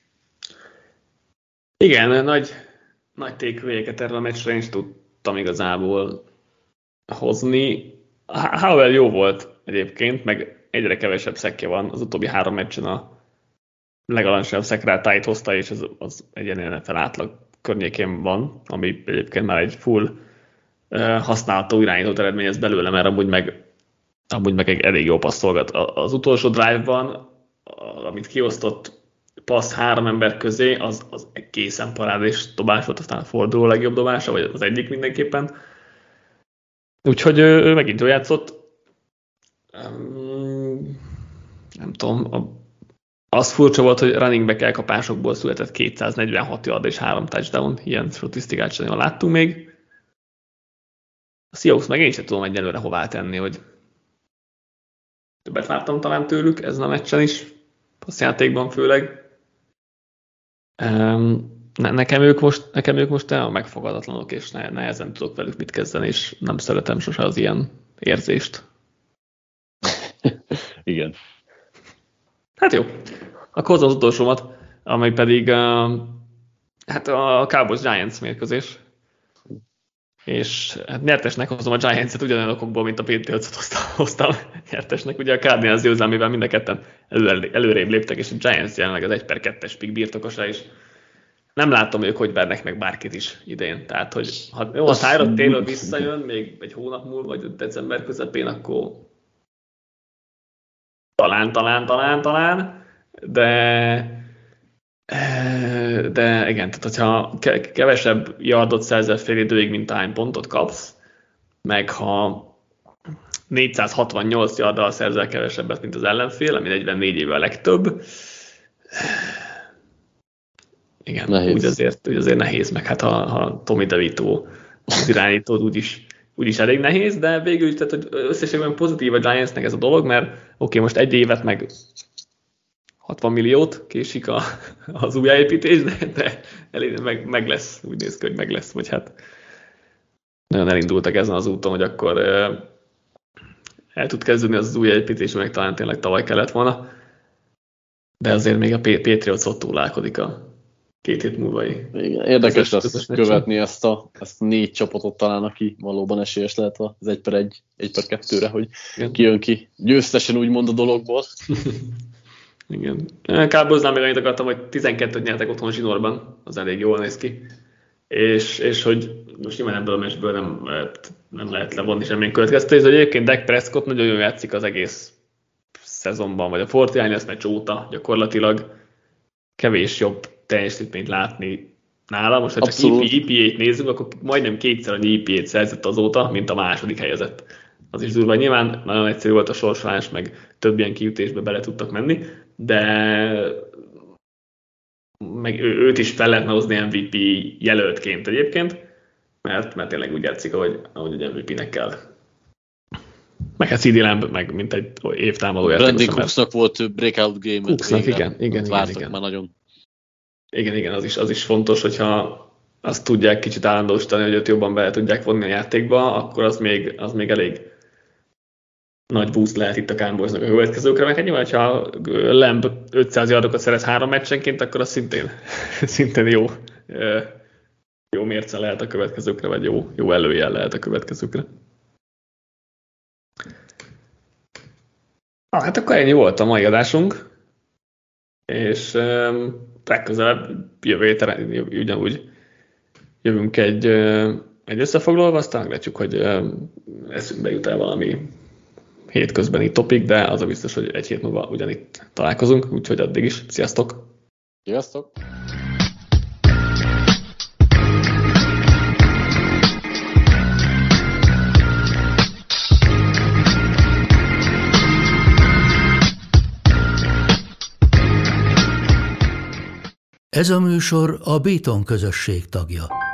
Igen, nagy takeaway-eket erre a meccsre én is tudtam igazából hozni. Howell jó volt egyébként, meg egyre kevesebb szekje van. Az utóbbi 3 meccsen a legalansabb szekrátáit hozta, és az egy NFL átlag környékén van, ami egyébként már egy full használható irányítót eredményez belőle, mert amúgy meg egy elég jó passzolgat. Az utolsó drive-ban, amit kiosztott passz 3 ember közé, az egészen parádés dobás volt, aztán a forduló legjobb dobása, vagy az egyik mindenképpen. Úgyhogy ő megint jól játszott. Nem tudom, az furcsa volt, hogy running back elkapásokból született 246 yard és 3 touchdown, ilyen statisztikát sem jól láttunk még. A Seahawks meg én sem tudom egyelőre hová tenni, hogy többet vártam talán tőlük ezen a meccsen is, passzjátékban főleg. Nekem ők most a megfogadatlanok, és nehezen tudok velük mit kezdeni, és nem szeretem sose az ilyen érzést.
Igen.
Hát jó. Akkor hozom az utolsómat, amely pedig hát a Cowboys Giants mérkőzés. És hát nyertesnek hozom a Giants-et ugyanolyan okokból, mint a Patriots-ot hoztam nyertesnek. Ugye a Cardinals győzelmével mind a ketten előrébb léptek, és a Giants jelenleg az 1/2-es pick birtokosa, és nem látom, hogy ők hogy vernek meg bárkit is idén. Tehát, hogy ha Tyrod Taylor visszajön még egy hónap múlva, vagy december közepén, akkor talán, de igen, tehát hogyha kevesebb yardot szerzel fél időig, mint hány pontot kapsz, meg ha 468 yarddal szerzel kevesebbet, mint az ellenfél, ami 44 éve a legtöbb, igen, úgy azért nehéz, meg hát ha Tommy DeVito az irányítód, úgyis elég nehéz, de végül is, tehát, hogy összességben pozitív a Giantsnek ez a dolog, mert oké, most egy évet meg 60 milliót késik az újjáépítés, de meg lesz, úgy néz ki, hogy meg lesz, vagy hát nagyon elindultak ezen az úton, hogy akkor el tud kezdődni az újjáépítés, meg talán tényleg tavaly kellett volna, de azért még a Patriots ott túlálkodik a 2 hét múlvai.
Igen, érdekes lesz követni ezt a 4 csapatot talán, aki valóban esélyes lehet az 1/1, 1/2-re, hogy kijön ki győztesen úgymond a dologból.
Igen. Cowboysnál még annyit akartam, hogy 12-t nyertek otthon zsinórban, az elég jól néz ki. És hogy most nyilván ebből a meccsből nem lehet levonni semmilyen következtetés, de egyébként Dak Prescott nagyon jól játszik az egész szezonban, vagy a 49ers meccs óta gyakorlatilag kevés jobb teljesítményt látni nála. Most, ha csak EPA-t nézzük, akkor majdnem kétszer annyi EPA-t szerzett azóta, mint a második helyezett. Az is durva. Nyilván nagyon egyszerű volt a sorsolás, meg több ilyen kiütésbe bele tudtak menni, de meg őt is fel lehetne hozni MVP jelöltként egyébként, mert tényleg úgy játszik, ahogy egy MVP-nek kell. Meg hát CD Lamb, meg mint egy évtámadó játékos.
Brandon Cooksnak volt breakout game.
Cooksnak, igen.
Már nagyon.
Igen, az is fontos, hogyha azt tudják kicsit állandósítani, hogy őt jobban bele tudják vonni a játékba, akkor az még elég nagy boost lehet itt a Cowboysnak a következőkre, meg nyilván, hogyha Lamb 500 yardokat szerez 3 meccsenként, akkor az szintén jó mérce lehet a következőkre, vagy jó előjel lehet a következőkre. Hát akkor ennyi volt a mai adásunk, és legközelebb jövő héten ugyanúgy jövünk egy összefoglalóval, aztán meglátjuk, hogy eszünkbe jut el valami hétközbeni topik, de az a biztos, hogy egy hét múlva ugyanitt találkozunk, úgyhogy addig is. Sziasztok!
Sziasztok!
Ez a műsor a Béton közösség tagja.